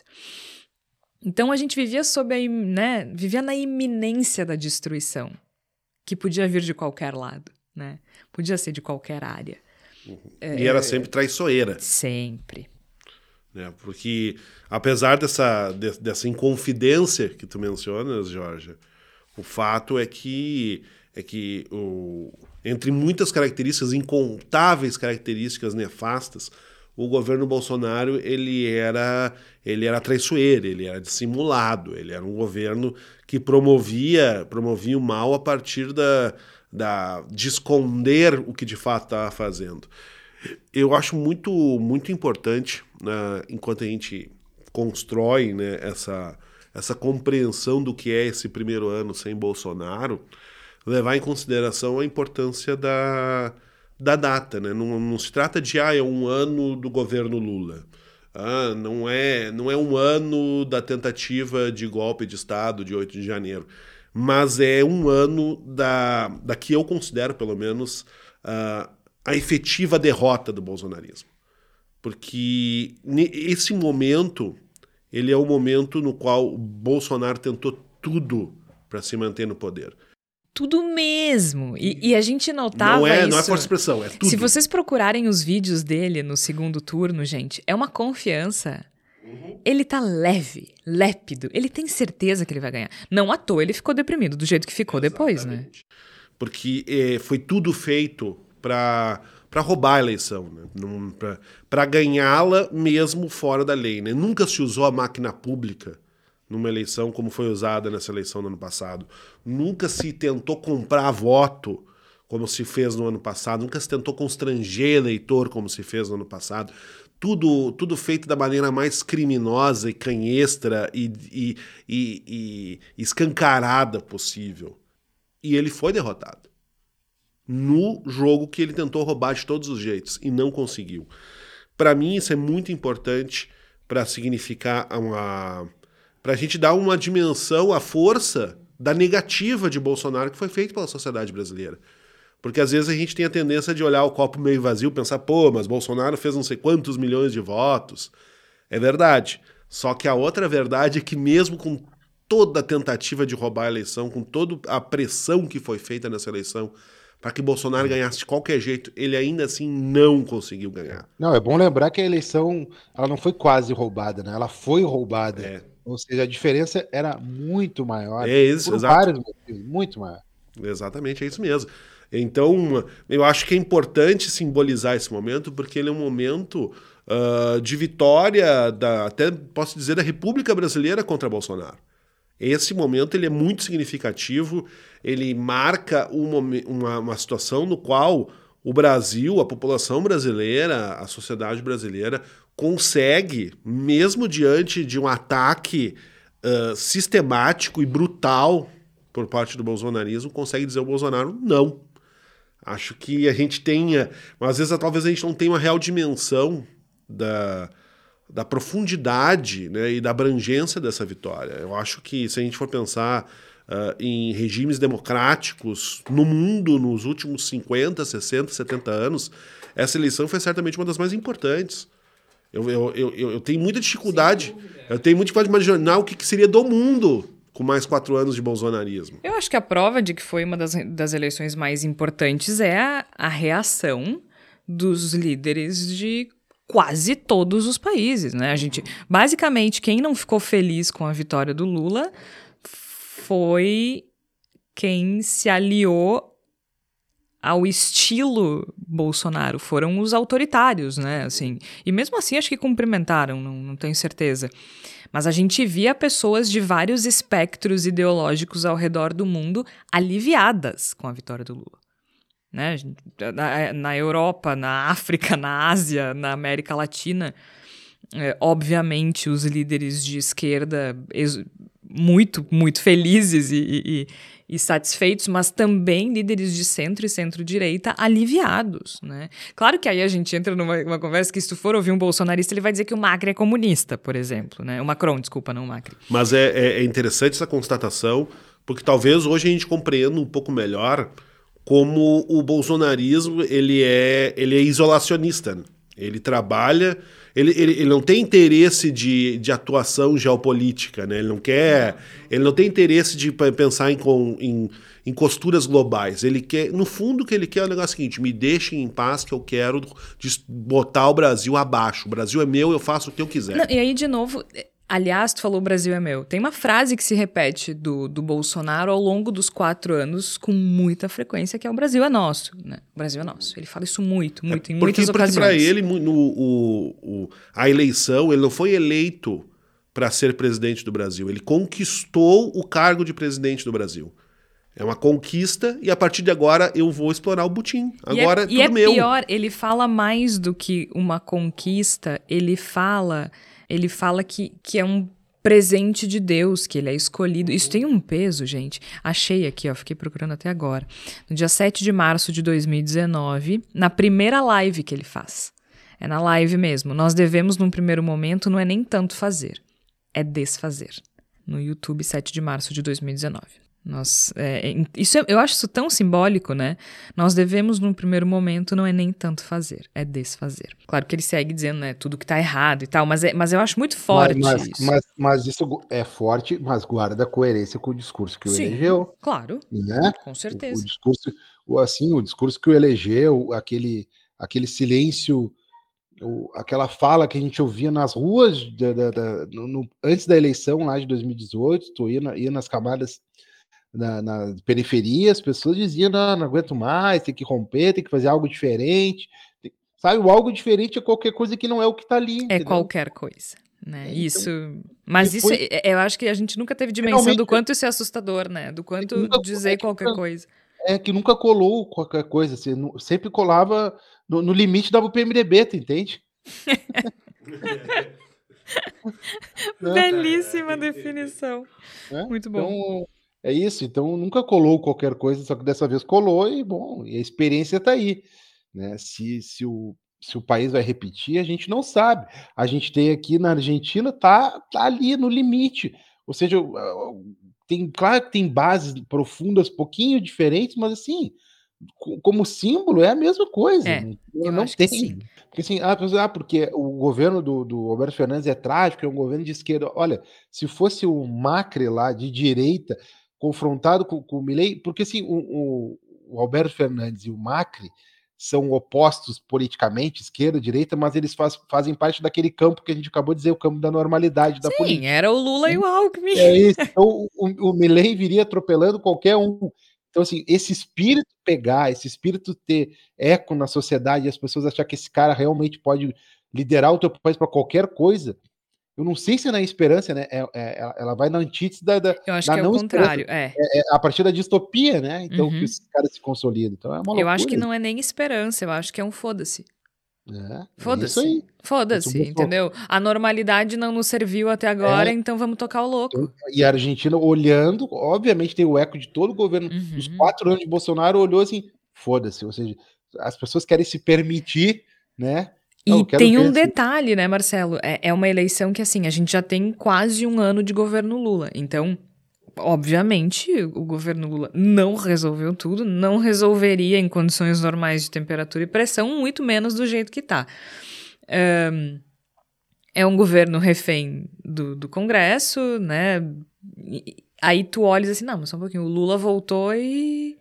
Então a gente vivia sob a, né, vivia na iminência da destruição, que podia vir de qualquer lado, né? Podia ser de qualquer área.
Uhum. É, e era sempre traiçoeira.
Sempre.
É, porque apesar dessa, de, dessa inconfidência que tu mencionas, Jorge, o fato é que, é que o, entre muitas características, incontáveis características nefastas, o governo Bolsonaro ele era, ele era traiçoeiro, ele era dissimulado, ele era um governo que promovia, promovia o mal a partir da, da, de esconder o que de fato estava fazendo. Eu acho muito, muito importante, né, enquanto a gente constrói, né, essa, essa compreensão do que é esse primeiro ano sem Bolsonaro, levar em consideração a importância da... da data, né? Não, não se trata de ah, é um ano do governo Lula. Ah, não é, não é um ano da tentativa de golpe de Estado de oito de janeiro. Mas é um ano da, da que eu considero, pelo menos, uh, a efetiva derrota do bolsonarismo. porque esse momento, ele é o momento no qual o Bolsonaro tentou tudo para se manter no poder.
Tudo mesmo. E, e a gente notava
não é,
isso.
Não é força de expressão, é tudo.
Se vocês procurarem os vídeos dele no segundo turno, gente, é uma confiança. Uhum. Ele tá leve, lépido. Ele tem certeza que ele vai ganhar. Não à toa ele ficou deprimido, do jeito que ficou Exatamente. Depois, né?
Porque é, foi tudo feito para para roubar a eleição, né? Para ganhá-la mesmo fora da lei, né? Nunca se usou a máquina pública numa eleição como foi usada nessa eleição do ano passado. Nunca se tentou comprar voto como se fez no ano passado. Nunca se tentou constranger eleitor como se fez no ano passado. Tudo, tudo feito da maneira mais criminosa e canhestra e, e, e, e escancarada possível. E ele foi derrotado no jogo que ele tentou roubar de todos os jeitos e não conseguiu. Para mim isso é muito importante para significar uma... para a gente dar uma dimensão à força da negativa de Bolsonaro que foi feita pela sociedade brasileira. Porque às vezes a gente tem a tendência de olhar o copo meio vazio e pensar, pô, mas Bolsonaro fez não sei quantos milhões de votos. É verdade. Só que a outra verdade é que mesmo com toda a tentativa de roubar a eleição, com toda a pressão que foi feita nessa eleição, para que Bolsonaro ganhasse de qualquer jeito, ele ainda assim não conseguiu ganhar.
Não, é bom lembrar que a eleição ela não foi quase roubada, né? Ela foi roubada.
É.
Ou seja, a diferença era muito maior.
É isso,
por
exato.
vários motivos, muito maior.
Exatamente, é isso mesmo. Então, eu acho que é importante simbolizar esse momento, porque ele é um momento uh, de vitória, da, até posso dizer, da República Brasileira contra Bolsonaro. Esse momento ele é muito significativo, ele marca uma, uma, uma situação no qual o Brasil, a população brasileira, a sociedade brasileira consegue, mesmo diante de um ataque uh, sistemático e brutal por parte do bolsonarismo, consegue dizer ao Bolsonaro não. Acho que a gente tenha, mas às vezes talvez a gente não tenha uma real dimensão da... da profundidade, né, e da abrangência dessa vitória. Eu acho que se a gente for pensar uh, em regimes democráticos no mundo nos últimos cinquenta, sessenta, setenta anos, essa eleição foi certamente uma das mais importantes. Eu, eu, eu, eu tenho muita dificuldade, eu tenho muita dificuldade de imaginar o que, que seria do mundo com mais quatro anos de bolsonarismo.
Eu acho que a prova de que foi uma das, das eleições mais importantes é a, a reação dos líderes de quase todos os países, né? A gente, basicamente, quem não ficou feliz com a vitória do Lula foi quem se aliou ao estilo Bolsonaro, foram os autoritários, né? Assim, e mesmo assim, acho que cumprimentaram, não, não tenho certeza. Mas a gente via pessoas de vários espectros ideológicos ao redor do mundo aliviadas com a vitória do Lula. Né? Na, na Europa, na África, na Ásia, na América Latina, é, obviamente os líderes de esquerda ex- muito, muito felizes e, e, e satisfeitos, mas também líderes de centro e centro-direita aliviados, né? Claro que aí a gente entra numa uma conversa que se tu for ouvir um bolsonarista, ele vai dizer que o Macri é comunista, por exemplo, né? O Macron, desculpa, não o Macri.
Mas é, é interessante essa constatação, porque talvez hoje a gente compreenda um pouco melhor como o bolsonarismo ele é, ele é isolacionista, né? Ele trabalha, ele, ele, ele não tem interesse de, de atuação geopolítica, né? Ele não quer, ele não tem interesse de pensar em, em, em costuras globais. Ele quer, no fundo, o que ele quer é o negócio seguinte: me deixem em paz, que eu quero botar o Brasil abaixo. O Brasil é meu, eu faço o que eu quiser.
Não, e aí, de novo, aliás, tu falou o Brasil é meu. Tem uma frase que se repete do, do Bolsonaro ao longo dos quatro anos com muita frequência, que é o Brasil é nosso, né? O Brasil é nosso. Ele fala isso muito, muito,
é
em
porque,
muitas
porque
ocasiões.
Para ele, no, o, o, a eleição, ele não foi eleito para ser presidente do Brasil. Ele conquistou o cargo de presidente do Brasil. É uma conquista e a partir de agora eu vou explorar o butim. Agora é, é tudo
e é
meu.
pior, ele fala mais do que uma conquista, ele fala... Ele fala que, que é um presente de Deus, que ele é escolhido. Isso tem um peso, gente. Achei aqui, ó, fiquei procurando até agora. No dia sete de março de dois mil e dezenove, na primeira live que ele faz. É na live mesmo. Nós devemos, num primeiro momento, não é nem tanto fazer, é desfazer. No YouTube, sete de março de dois mil e dezenove. Nós, é, isso é, eu acho isso tão simbólico, né? Nós devemos, num primeiro momento, não é nem tanto fazer, é desfazer. Claro que ele segue dizendo, né, tudo que tá errado e tal, mas, é, mas eu acho muito forte
mas,
isso.
Mas, mas isso é forte, mas guarda coerência com o discurso que o
Sim,
elegeu.
Claro,
né?
com certeza.
O, o discurso, o, assim, o discurso que o elegeu, aquele, aquele silêncio, o, aquela fala que a gente ouvia nas ruas da, da, da, no, no, antes da eleição lá de dois mil e dezoito, tu ia, ia nas camadas Na, na periferia, as pessoas diziam, não, não aguento mais, tem que romper, tem que fazer algo diferente. Tem, sabe, o algo diferente é qualquer coisa que não é o que tá ali.
É
entendeu?
Qualquer coisa, né? É, então, isso.
foi,
Mas isso, é, eu acho que a gente nunca teve dimensão do quanto isso é assustador, né? Do quanto é nunca, dizer é qualquer
nunca,
coisa.
É que nunca colou qualquer coisa, assim, sempre colava no, no limite, dava o P M D B, tu entende?
Belíssima definição.
É?
Muito bom.
Então, é isso, então nunca colou qualquer coisa, só que dessa vez colou e, bom, e a experiência está aí. Né? Se, se, o, se o país vai repetir, a gente não sabe. A gente tem aqui na Argentina, tá, tá ali no limite. Ou seja, tem, claro que tem bases profundas, pouquinho diferentes, mas assim, como símbolo é a mesma coisa.
É, eu
não
acho
tem.
que sim.
Porque, assim, ah, porque o governo do, do Alberto Fernandes é trágico, é um governo de esquerda. Olha, se fosse o Macri lá, de direita, confrontado com, com o Milei, porque assim, o, o, o Alberto Fernandes e o Macri são opostos politicamente, esquerda, direita, mas eles faz, fazem parte daquele campo que a gente acabou de dizer, o campo da normalidade da
Sim,
política.
Sim, era o Lula é, e o Alckmin.
É isso. Então, o, o, o Milei viria atropelando qualquer um. Então, assim, esse espírito pegar, esse espírito ter eco na sociedade e as pessoas achar que esse cara realmente pode liderar o teu país para qualquer coisa, eu não sei se é na esperança, né? É, é, ela vai na antítese da, da
Eu acho
da
que é
não
o contrário,
é.
é.
é. A partir da distopia, né? Então,
uhum.
que os caras se consolidam. Então, é uma loucura.
Eu acho que não é nem esperança, eu acho que é um foda-se.
É,
Foda-se.
É
Foda-se, entendeu? A normalidade não nos serviu até agora, é. Então vamos tocar o louco.
Então, e a Argentina olhando, obviamente tem o eco de todo o governo, uhum. Os quatro anos de Bolsonaro olhou assim, foda-se, ou seja, as pessoas querem se permitir, né?
E não, tem um detalhe, né, Marcelo? É, é uma eleição que, assim, a gente já tem quase um ano de governo Lula. Então, obviamente, o governo Lula não resolveu tudo, não resolveria em condições normais de temperatura e pressão, muito menos do jeito que tá. Um, é um governo refém do, do Congresso, né? E, aí tu olhas assim, não, mas só um pouquinho, o Lula voltou e...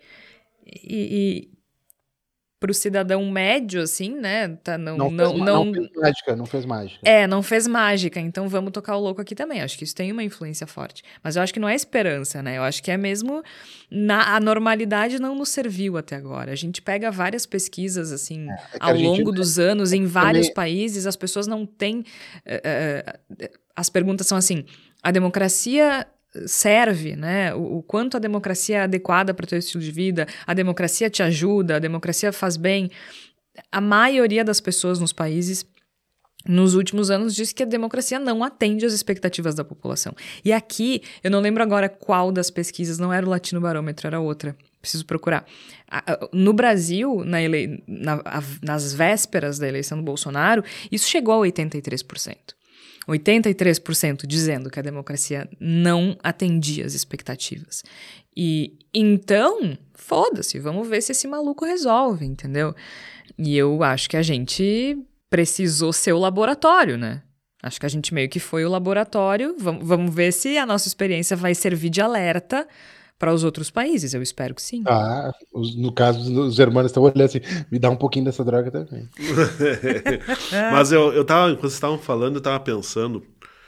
e, e pro cidadão médio, assim, né? Tá, não,
não,
não,
fez,
não,
não fez mágica, não fez mágica.
É, não fez mágica, então vamos tocar o louco aqui também. Acho que isso tem uma influência forte. Mas eu acho que não é esperança, né? Eu acho que é mesmo... Na, a normalidade não nos serviu até agora. A gente pega várias pesquisas, assim, é, é ao longo dos anos, em vários também... países, as pessoas não têm... Uh, uh, as perguntas são assim, a democracia... serve, né? O, o quanto a democracia é adequada para o teu estilo de vida, a democracia te ajuda, a democracia faz bem. A maioria das pessoas nos países, nos últimos anos, diz que a democracia não atende às expectativas da população. E aqui, eu não lembro agora qual das pesquisas, não era o Latino Barômetro, era outra. Preciso procurar. No Brasil, na ele... na, nas vésperas da eleição do Bolsonaro, isso chegou a oitenta e três por cento. oitenta e três por cento dizendo que a democracia não atendia às expectativas. E então, foda-se, vamos ver se esse maluco resolve, entendeu? E eu acho que a gente precisou ser o laboratório, né? Acho que a gente meio que foi o laboratório. Vamos, vamos ver se a nossa experiência vai servir de alerta para os outros países. Eu espero que sim.
Ah, os, no caso, os irmãos estão olhando assim, me dá um pouquinho dessa droga também.
Mas eu, eu tava, enquanto vocês estavam falando, eu tava pensando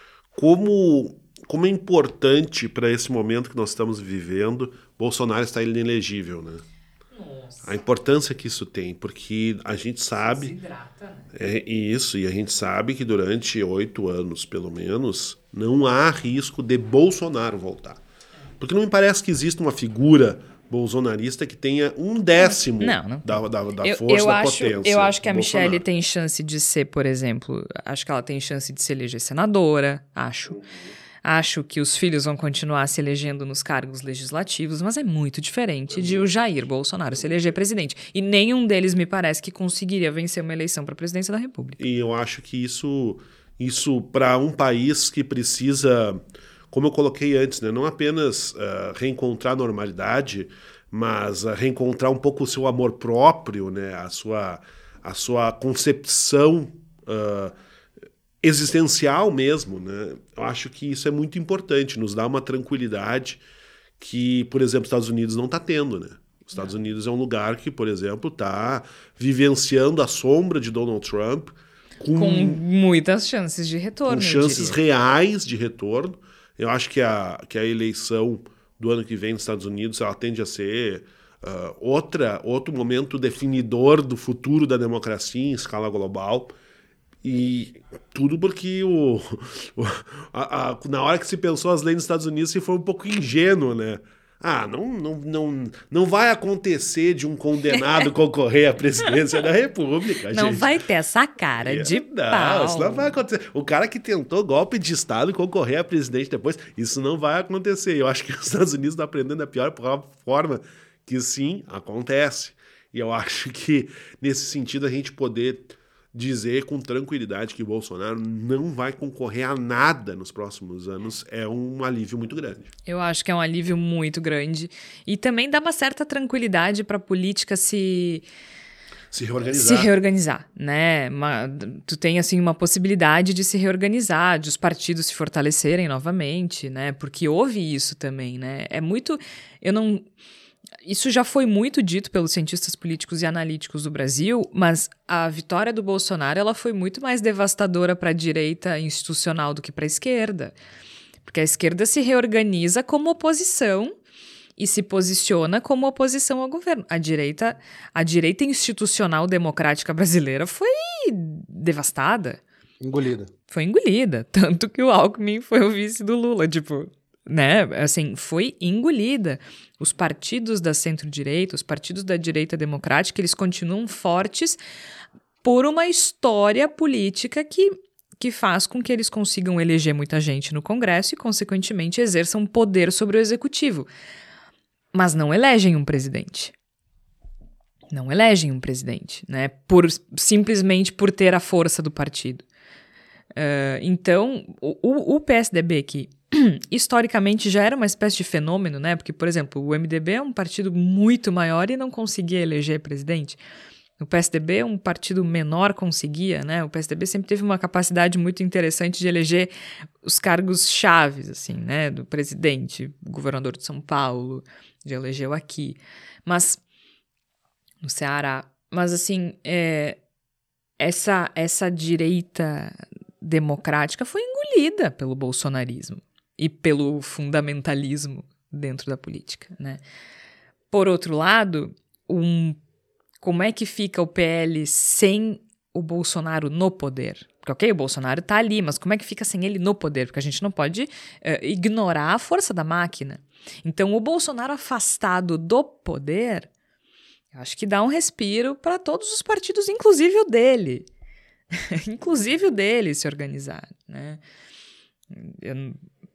como, como é importante para esse momento que nós estamos vivendo, Bolsonaro está inelegível, né? Nossa. A importância que isso tem, porque a gente sabe... Desidrata, né? É isso, e a gente sabe que durante oito anos, pelo menos, não há risco de Bolsonaro voltar. Porque não me parece que exista uma figura bolsonarista que tenha um décimo
não, não.
da, da, da
eu,
força,
eu
da
acho,
potência.
Eu acho que a
Bolsonaro.
Michelle tem chance de ser, por exemplo, acho que ela tem chance de se eleger senadora, acho. Uhum. Acho que os filhos vão continuar se elegendo nos cargos legislativos, mas é muito diferente uhum. de o Jair Bolsonaro se eleger presidente. E nenhum deles me parece que conseguiria vencer uma eleição para a presidência da República.
E eu acho que isso, isso para um país que precisa... como eu coloquei antes, né, não apenas uh, reencontrar a normalidade, mas uh, reencontrar um pouco o seu amor próprio, né, a sua, a sua concepção uh, existencial mesmo, né? Eu acho que isso é muito importante, nos dá uma tranquilidade que, por exemplo, os Estados Unidos não está tendo, né? Os Estados é. Unidos é um lugar que, por exemplo, está vivenciando a sombra de Donald Trump com,
com muitas chances de retorno.
Com chances reais de retorno. Eu acho que a, que a eleição do ano que vem nos Estados Unidos ela tende a ser uh, outra, outro momento definidor do futuro da democracia em escala global. E tudo porque o, o, a, a, na hora que se pensou as leis nos Estados Unidos se foi um pouco ingênuo, né? Ah, não, não, não, não vai acontecer de um condenado concorrer à presidência da República.
Não
gente.
vai ter essa cara é, de
não,
pau.
Isso não vai acontecer. O cara que tentou golpe de Estado concorrer a presidente depois, isso não vai acontecer. Eu acho que os Estados Unidos estão aprendendo da pior forma que sim, acontece. E eu acho que, nesse sentido, a gente poder dizer com tranquilidade que Bolsonaro não vai concorrer a nada nos próximos anos é um alívio muito grande.
Eu acho que é um alívio muito grande. E também dá uma certa tranquilidade para a política se...
Se reorganizar.
Se reorganizar, né? Uma, tu tem, assim, uma possibilidade de se reorganizar, de os partidos se fortalecerem novamente, né? Porque houve isso também, né? É muito... Eu não... Isso já foi muito dito pelos cientistas políticos e analíticos do Brasil, mas a vitória do Bolsonaro ela foi muito mais devastadora para a direita institucional do que para a esquerda. Porque a esquerda se reorganiza como oposição e se posiciona como oposição ao governo. A direita, a direita institucional democrática brasileira foi devastada.
Engolida.
Foi engolida. Tanto que o Alckmin foi o vice do Lula, tipo... Né? Assim, foi engolida. Os partidos da centro-direita, os partidos da direita democrática, eles continuam fortes por uma história política que, que faz com que eles consigam eleger muita gente no Congresso e, consequentemente, exerçam poder sobre o executivo. Mas não elegem um presidente. Não elegem um presidente, né? Por, simplesmente por ter a força do partido. Uh, então, o, o P S D B, que historicamente já era uma espécie de fenômeno, né? Porque, por exemplo, o M D B é um partido muito maior e não conseguia eleger presidente. O P S D B é um partido menor, conseguia, né? O P S D B sempre teve uma capacidade muito interessante de eleger os cargos chaves, assim, né? Do presidente, governador de São Paulo, já elegeu aqui. Mas, no Ceará. Mas, assim, é, essa, essa direita democrática foi engolida pelo bolsonarismo e pelo fundamentalismo dentro da política, né? Por outro lado, um, como é que fica o P L sem o Bolsonaro no poder? Porque, ok, o Bolsonaro tá ali, mas como é que fica sem ele no poder? Porque a gente não pode uh, ignorar a força da máquina. Então, o Bolsonaro afastado do poder, eu acho que dá um respiro para todos os partidos, inclusive o dele. Inclusive o dele se organizar, né? Eu...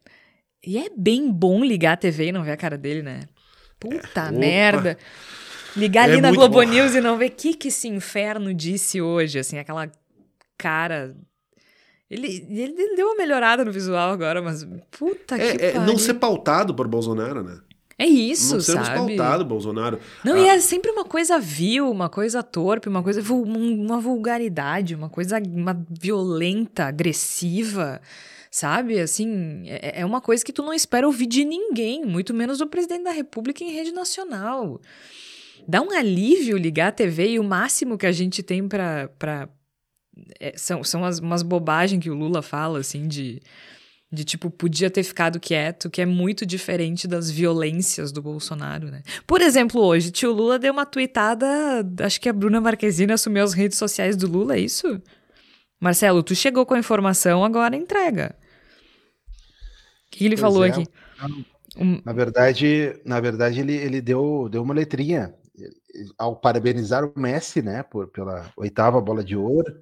E é bem bom ligar a T V e não ver a cara dele, né? Puta é, merda! Ligar é ali na Globo bom. News e não ver o que, que esse inferno disse hoje, assim, aquela cara... Ele, ele deu uma melhorada no visual agora, mas puta
é,
que
é
pariu.
Não ser pautado por Bolsonaro, né?
É isso,
não
sabe?
Não ser pautado, Bolsonaro.
Não,
ah.
e é sempre uma coisa vil, uma coisa torpe, uma coisa... Uma vulgaridade, uma coisa uma violenta, agressiva, sabe? Assim, é, é uma coisa que tu não espera ouvir de ninguém, muito menos do presidente da República em rede nacional. Dá um alívio ligar a T V e o máximo que a gente tem pra... pra é, são são as, umas bobagens que o Lula fala, assim, de... De, tipo, podia ter ficado quieto, que é muito diferente das violências do Bolsonaro, né? Por exemplo, hoje, tio Lula deu uma tweetada, acho que a Bruna Marquezine assumiu as redes sociais do Lula, é isso? Marcelo, tu chegou com a informação, agora entrega. O que ele pois falou é, aqui?
Um... Na verdade, na verdade ele, ele deu, deu uma letrinha ao parabenizar o Messi, né, por, pela oitava bola de ouro.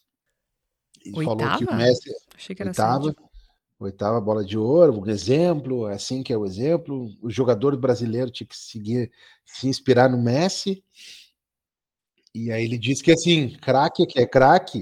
Ele
oitava?
Falou que o Messi...
Achei que era
oitava.
Sete.
Oitava bola de ouro, um exemplo, assim que é o exemplo. O jogador brasileiro tinha que seguir, se inspirar no Messi. E aí ele disse que assim, craque que é craque,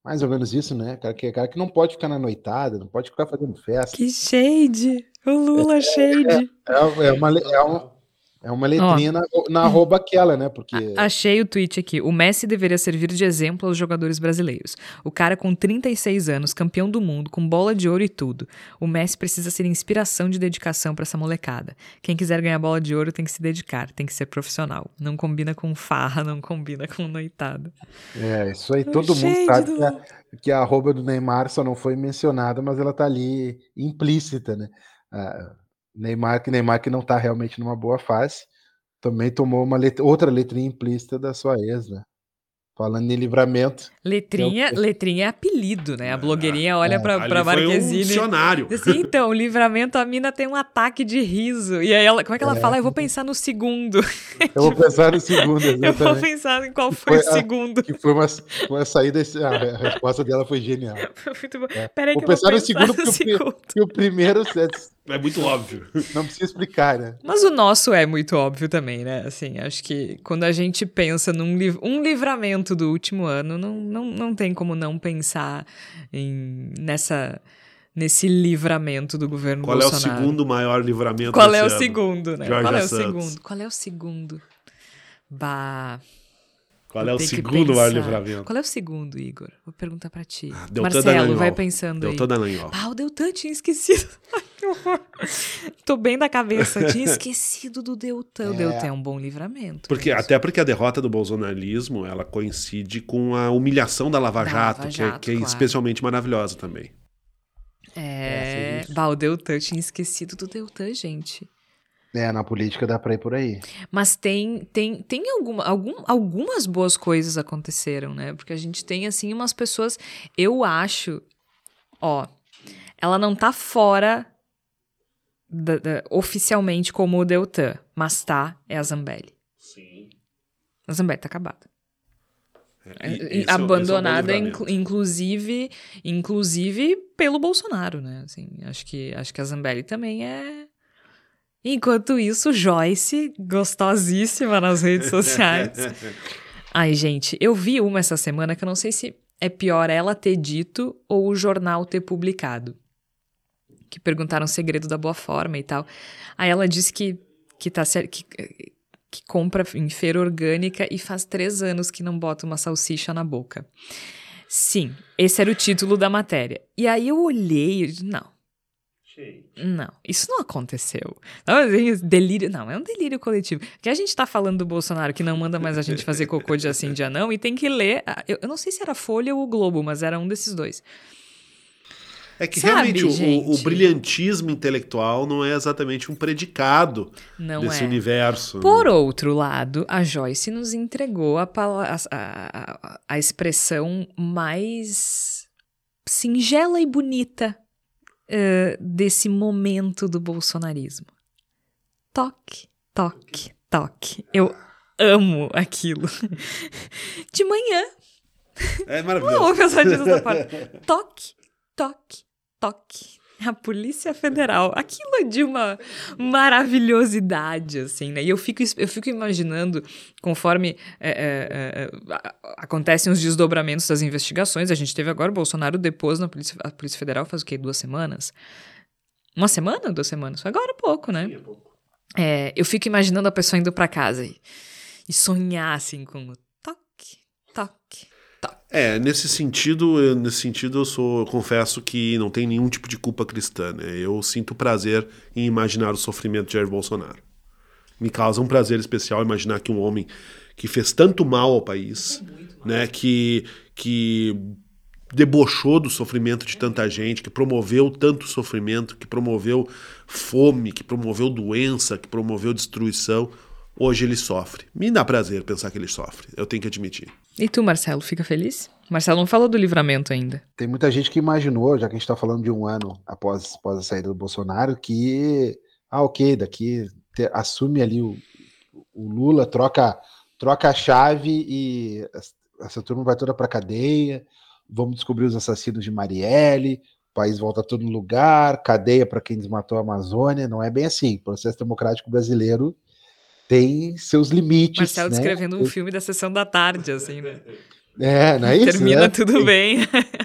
Mais ou menos isso, né? Cara que, cara que não pode ficar na noitada, não pode ficar fazendo festa.
Que shade! O Lula
é,
shade!
É, é, é, uma, é, um, é uma letrinha na, na arroba aquela, né? Porque...
Achei o tweet aqui. O Messi deveria servir de exemplo aos jogadores brasileiros. O cara com trinta e seis anos, campeão do mundo, com bola de ouro e tudo. O Messi precisa ser inspiração de dedicação pra essa molecada. Quem quiser ganhar bola de ouro tem que se dedicar, tem que ser profissional. Não combina com farra, não combina com noitada.
É, isso aí todo
O
mundo
shade
sabe
do-
que a, que a arroba do Neymar só não foi mencionada, mas ela tá ali implícita, né? Ah, Neymar, que Neymar que não tá realmente numa boa fase, também tomou uma letra, outra letrinha implícita da sua ex, né? Falando em livramento.
Letrinha,
Que é o-
letrinha é apelido, né? A blogueirinha olha pra,
Ali
pra
foi um
Marquezine.
dicionário.
Assim, então, livramento, a mina tem um ataque de riso. E aí, ela, como é que ela fala? Eu vou pensar no segundo.
Eu vou pensar no segundo,
Eu vou
exatamente.
pensar em qual foi,
foi
o
a-
segundo.
Que foi uma, uma saída. A, a resposta dela foi genial.
Foi muito bom.
É.
Peraí
Vou
que eu vou
pensar no
pensar
segundo,
no
porque o pri-
segundo.
porque o primeiro é-
É muito óbvio.
não precisa explicar, né?
Mas o nosso é muito óbvio também, né? Assim, acho que quando a gente pensa num liv- um livramento do último ano, não, não, não tem como não pensar em, nessa, nesse livramento do governo
Qual
Bolsonaro.
é o segundo maior livramento
Qual
desse
é o
ano?
segundo, né?
Jorge
Qual é o
Santos.
segundo? Qual é o segundo? Bah.
Qual
vou
é o
ter que
segundo maior
pensar.
livramento?
Qual é o segundo, Igor? Vou perguntar pra ti.
Deltan
Marcelo,
Dallagnol.
vai pensando aí.
Deltan Dallagnol.
Ah, o Deltan, tinha esquecido. Ai, que horror. Tô bem da cabeça. Tinha esquecido do Deltan. O
É.
Deltan é um bom livramento.
Porque,
mesmo.
até porque a derrota do bolsonarismo, ela coincide com a humilhação da Lava
Da
Jato,
Lava
que, é-
Jato,
que é
claro.
especialmente maravilhosa também.
É. Bah, o Deltan, tinha esquecido do Deltan, gente.
É, na política dá pra ir por aí.
Mas tem, tem, tem alguma, algum, algumas boas coisas aconteceram, né? Porque a gente tem, assim, umas pessoas... Eu acho... Ó, ela não tá fora da- da- oficialmente como o Deltan, mas tá, é a Zambelli.
Sim.
A Zambelli tá acabada.
E- esse é o- esse é o bom
Abandonada,
livramento.
inclu- inclusive, inclusive pelo Bolsonaro, né? Assim, acho que, acho que a Zambelli também é... Enquanto isso, Joyce, gostosíssima nas redes sociais. Ai, gente, eu vi uma essa semana que eu não sei se é pior ela ter dito ou o jornal ter publicado. Que perguntaram o segredo da boa forma e tal. Aí ela disse que, que, tá, cer- que, que compra em feira orgânica e faz três anos que não bota uma salsicha na boca. Sim, esse era o título da matéria. E aí eu olhei e disse, não. Não, isso não aconteceu. Não, assim, delírio, não, é um delírio coletivo. Porque a gente tá falando do Bolsonaro que não manda mais a gente fazer cocô de assim dia não, e tem que ler. Eu, eu não sei se era a Folha ou o Globo, mas era um desses dois.
É que
Sabe,
realmente o- o, o
gente?
brilhantismo intelectual não é exatamente um predicado
Não
desse
é.
universo.
Por
né?
outro lado, a Joyce nos entregou a, pala- a, a, a expressão mais singela e bonita eh, desse momento do bolsonarismo. Toque, toque, toque. Eu amo aquilo. De manhã,
É
não
maravilhoso.
ouve as notícias da porta. Toque, toque, toque. A Polícia Federal. Aquilo é de uma maravilhosidade, assim, né? E eu fico, eu fico imaginando, conforme é, é, é, a- acontecem os desdobramentos das investigações, a gente teve agora o Bolsonaro depôs na Polícia, a Polícia Federal faz o quê? Duas semanas? Uma semana? Duas semanas? Foi agora há pouco, né? É, eu fico imaginando a pessoa indo pra casa e, e sonhar, assim, com o toque, toque.
É, nesse sentido, eu- nesse sentido eu sou, eu confesso que não tem nenhum tipo de culpa cristã, né? Eu sinto prazer em imaginar o sofrimento de Jair Bolsonaro. Me causa um prazer especial imaginar que um homem que fez tanto mal ao país, né, que que debochou do sofrimento de tanta gente, que promoveu tanto sofrimento, que promoveu fome, que promoveu doença, que promoveu destruição, hoje ele sofre. Me dá prazer pensar que ele sofre, eu tenho que admitir.
E tu, Marcelo, fica feliz? Marcelo não falou do livramento ainda.
Tem muita gente que imaginou, já que a gente está falando de um ano após, após a saída do Bolsonaro, que, ah, ok, daqui te- assume ali o, o Lula, troca, troca a chave e essa, essa turma vai toda para cadeia, vamos descobrir os assassinos de Marielle, o país volta todo no lugar, cadeia para quem desmatou a Amazônia. Não é bem assim. O processo democrático brasileiro tem seus limites.
Marcelo
né?
descrevendo um filme da Sessão da Tarde, assim, né?
É, não é isso?
Termina
né?
tudo bem.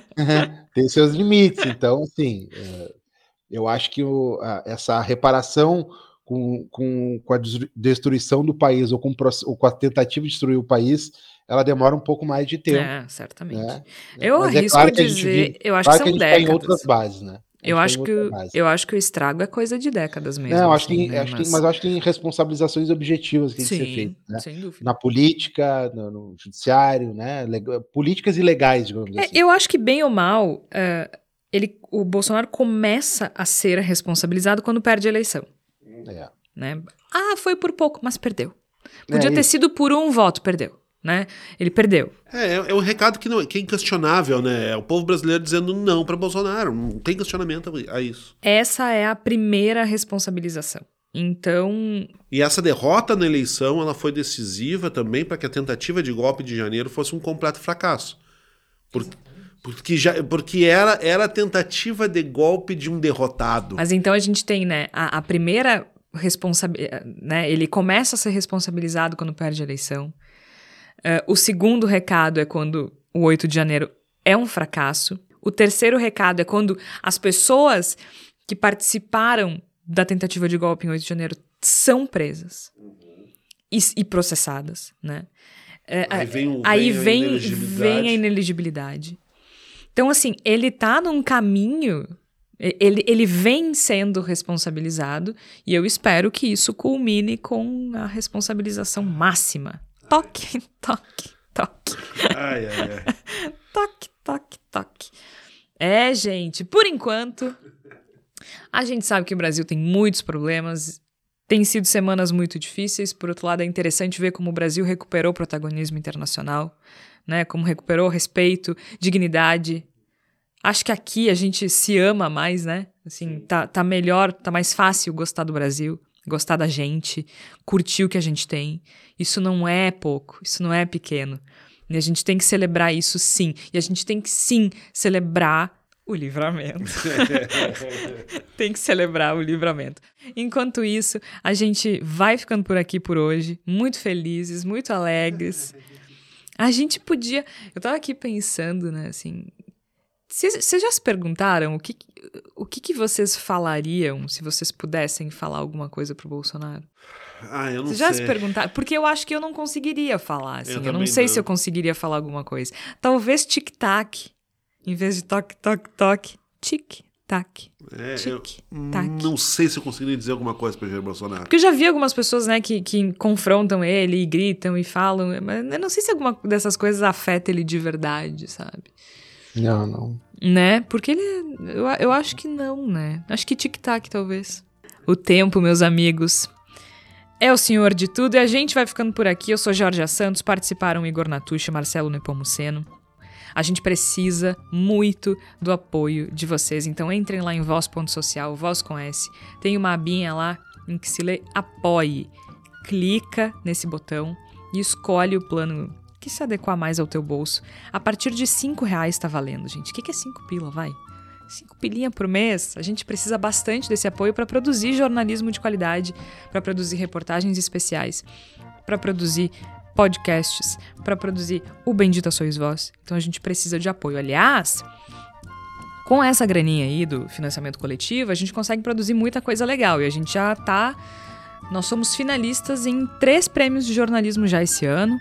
Tem seus limites. Então, assim, é, eu acho que o, a, essa reparação com, com, com a destruição do país ou com, ou com a tentativa de destruir o país, ela demora um pouco mais de tempo.
É, certamente.
Né?
Eu
Mas
arrisco
é claro que
dizer,
a gente,
eu acho
claro
que
que a
são
gente está em
décadas.
outras bases, né?
Eu
tá
acho, que, eu acho que o estrago é coisa de décadas mesmo.
Não, acho
assim,
que,
né?
acho
mas...
que, mas eu acho que tem responsabilizações objetivas que tem
Sim,
que ser feitas. Né?
sem dúvida.
Na política, no, no judiciário, né? Leg- políticas e legais, digamos
É,
assim.
eu acho que, bem ou mal, uh, ele, o Bolsonaro começa a ser responsabilizado quando perde a eleição.
É.
Né? Ah, foi por pouco, mas perdeu. Podia
É
ter
isso.
sido por um voto, perdeu. Né? Ele perdeu.
É, é um recado que, não, que é inquestionável, né? É o povo brasileiro dizendo não para Bolsonaro. Não tem questionamento a isso.
Essa é a primeira responsabilização. Então...
E essa derrota na eleição, ela foi decisiva também para que a tentativa de golpe de janeiro fosse um completo fracasso. Por, porque já, porque era, era a tentativa de golpe de um derrotado.
Mas então a gente tem, né, a, a primeira responsabilidade, né? Ele começa a ser responsabilizado quando perde a eleição. Uh, o segundo recado é quando o oito de janeiro é um fracasso. O terceiro recado é quando as pessoas que participaram da tentativa de golpe em oito de janeiro são presas e, e processadas, né? É,
aí vem, o,
aí
vem,
vem,
a inelegibilidade.
vem a inelegibilidade. Então, assim, ele tá num caminho... Ele, ele vem sendo responsabilizado e eu espero que isso culmine com a responsabilização máxima. Toque, toque, toque.
Ai, ai, ai.
Toque, toque, toque. É, gente, por enquanto, a gente sabe que o Brasil tem muitos problemas, tem sido semanas muito difíceis. Por outro lado, é interessante ver como o Brasil recuperou o protagonismo internacional, né? Como recuperou respeito, dignidade. Acho que aqui a gente se ama mais, né? Assim, tá, tá melhor, tá mais fácil gostar do Brasil, gostar da gente, curtir o que a gente tem. Isso não é pouco, isso não é pequeno. E a gente tem que celebrar isso sim. E a gente tem que sim celebrar o livramento. Tem que celebrar o livramento. Enquanto isso, a gente vai ficando por aqui por hoje, muito felizes, muito alegres. A gente podia... Eu tava aqui pensando, né, assim... Vocês já se perguntaram o que, o que, que vocês falariam se vocês pudessem falar alguma coisa pro Bolsonaro?
Ah, eu não
Vocês já
sei.
se perguntaram? Porque eu acho que eu não conseguiria falar, assim. Eu,
Eu
não sei
não.
se eu conseguiria falar alguma coisa. Talvez tic-tac. Em vez de toque, toque, toque. Tic-tac.
É,
Tic-tac.
não sei se eu conseguiria dizer alguma coisa para Jair Bolsonaro.
Porque eu já vi algumas pessoas, né, que, que confrontam ele e gritam e falam, mas eu não sei se alguma dessas coisas afeta ele de verdade, sabe?
Não, não.
Né? Porque ele... Eu, eu acho que não, né? Acho que tic-tac, talvez. O tempo, meus amigos, é o senhor de tudo e a gente vai ficando por aqui. Eu sou Georgia Santos, participaram Igor Natucci, Marcelo Nepomuceno. A gente precisa muito do apoio de vocês, então entrem lá em voz ponto social, voz com S. Tem uma abinha lá em que se lê apoie. Clica nesse botão e escolhe o plano que se adequar mais ao teu bolso. A partir de cinco reais tá valendo, gente. O que, que é cinco pila, vai? Cinco pilinha por mês. A gente precisa bastante desse apoio para produzir jornalismo de qualidade, para produzir reportagens especiais, para produzir podcasts, para produzir o Bendita Sois Vós. Então a gente precisa de apoio. Aliás, com essa graninha aí do financiamento coletivo, a gente consegue produzir muita coisa legal. E a gente já tá... Nós somos finalistas em três prêmios de jornalismo já esse ano.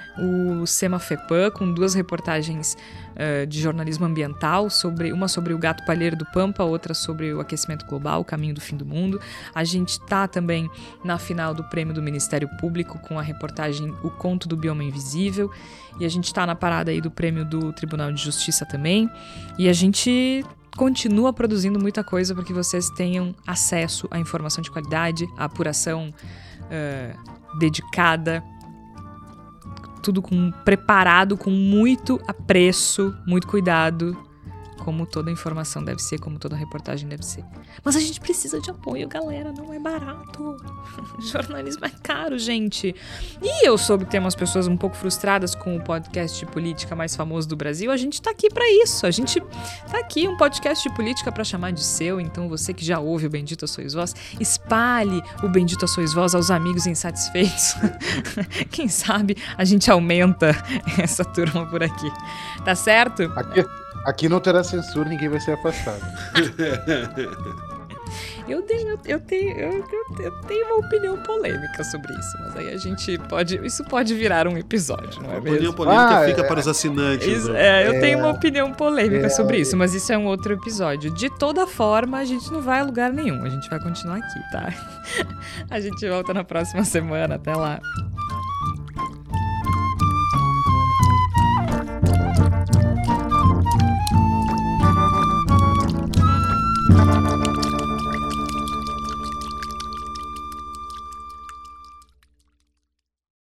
O SEMA-FEPAM, com duas reportagens uh, de jornalismo ambiental, sobre, uma sobre o gato palheiro do Pampa, outra sobre o aquecimento global, o caminho do fim do mundo. A gente está também na final do prêmio do Ministério Público, com a reportagem O Conto do Bioma Invisível. E a gente está na parada aí do prêmio do Tribunal de Justiça também. E a gente continua produzindo muita coisa para que vocês tenham acesso à informação de qualidade, à apuração uh, dedicada, tudo com, preparado com muito apreço, muito cuidado, como toda informação deve ser, como toda reportagem deve ser. Mas a gente precisa de apoio, galera, não é barato. Jornalismo é caro, gente. E eu soube que tem umas pessoas um pouco frustradas com o podcast de política mais famoso do Brasil. A gente tá aqui pra isso, a gente tá aqui, um podcast de política pra chamar de seu. Então você que já ouve o Bendita Sois Vós, espalhe o Bendita Sois Vós aos amigos insatisfeitos. Quem sabe a gente aumenta essa turma por aqui. Tá certo?
Aqui, aqui não terá censura, ninguém vai ser afastado.
Eu tenho, eu, eu, tenho, eu, eu, eu tenho uma opinião polêmica sobre isso, mas aí a gente pode... Isso pode virar um episódio, não é mesmo? A
opinião polêmica
ah,
fica
é,
para os assinantes.
Isso,
né?
é, eu
é,
tenho uma opinião polêmica
é,
sobre isso, mas isso é um outro episódio. De toda forma, a gente não vai a lugar nenhum. A gente vai continuar aqui, tá? A gente volta na próxima semana. Até lá.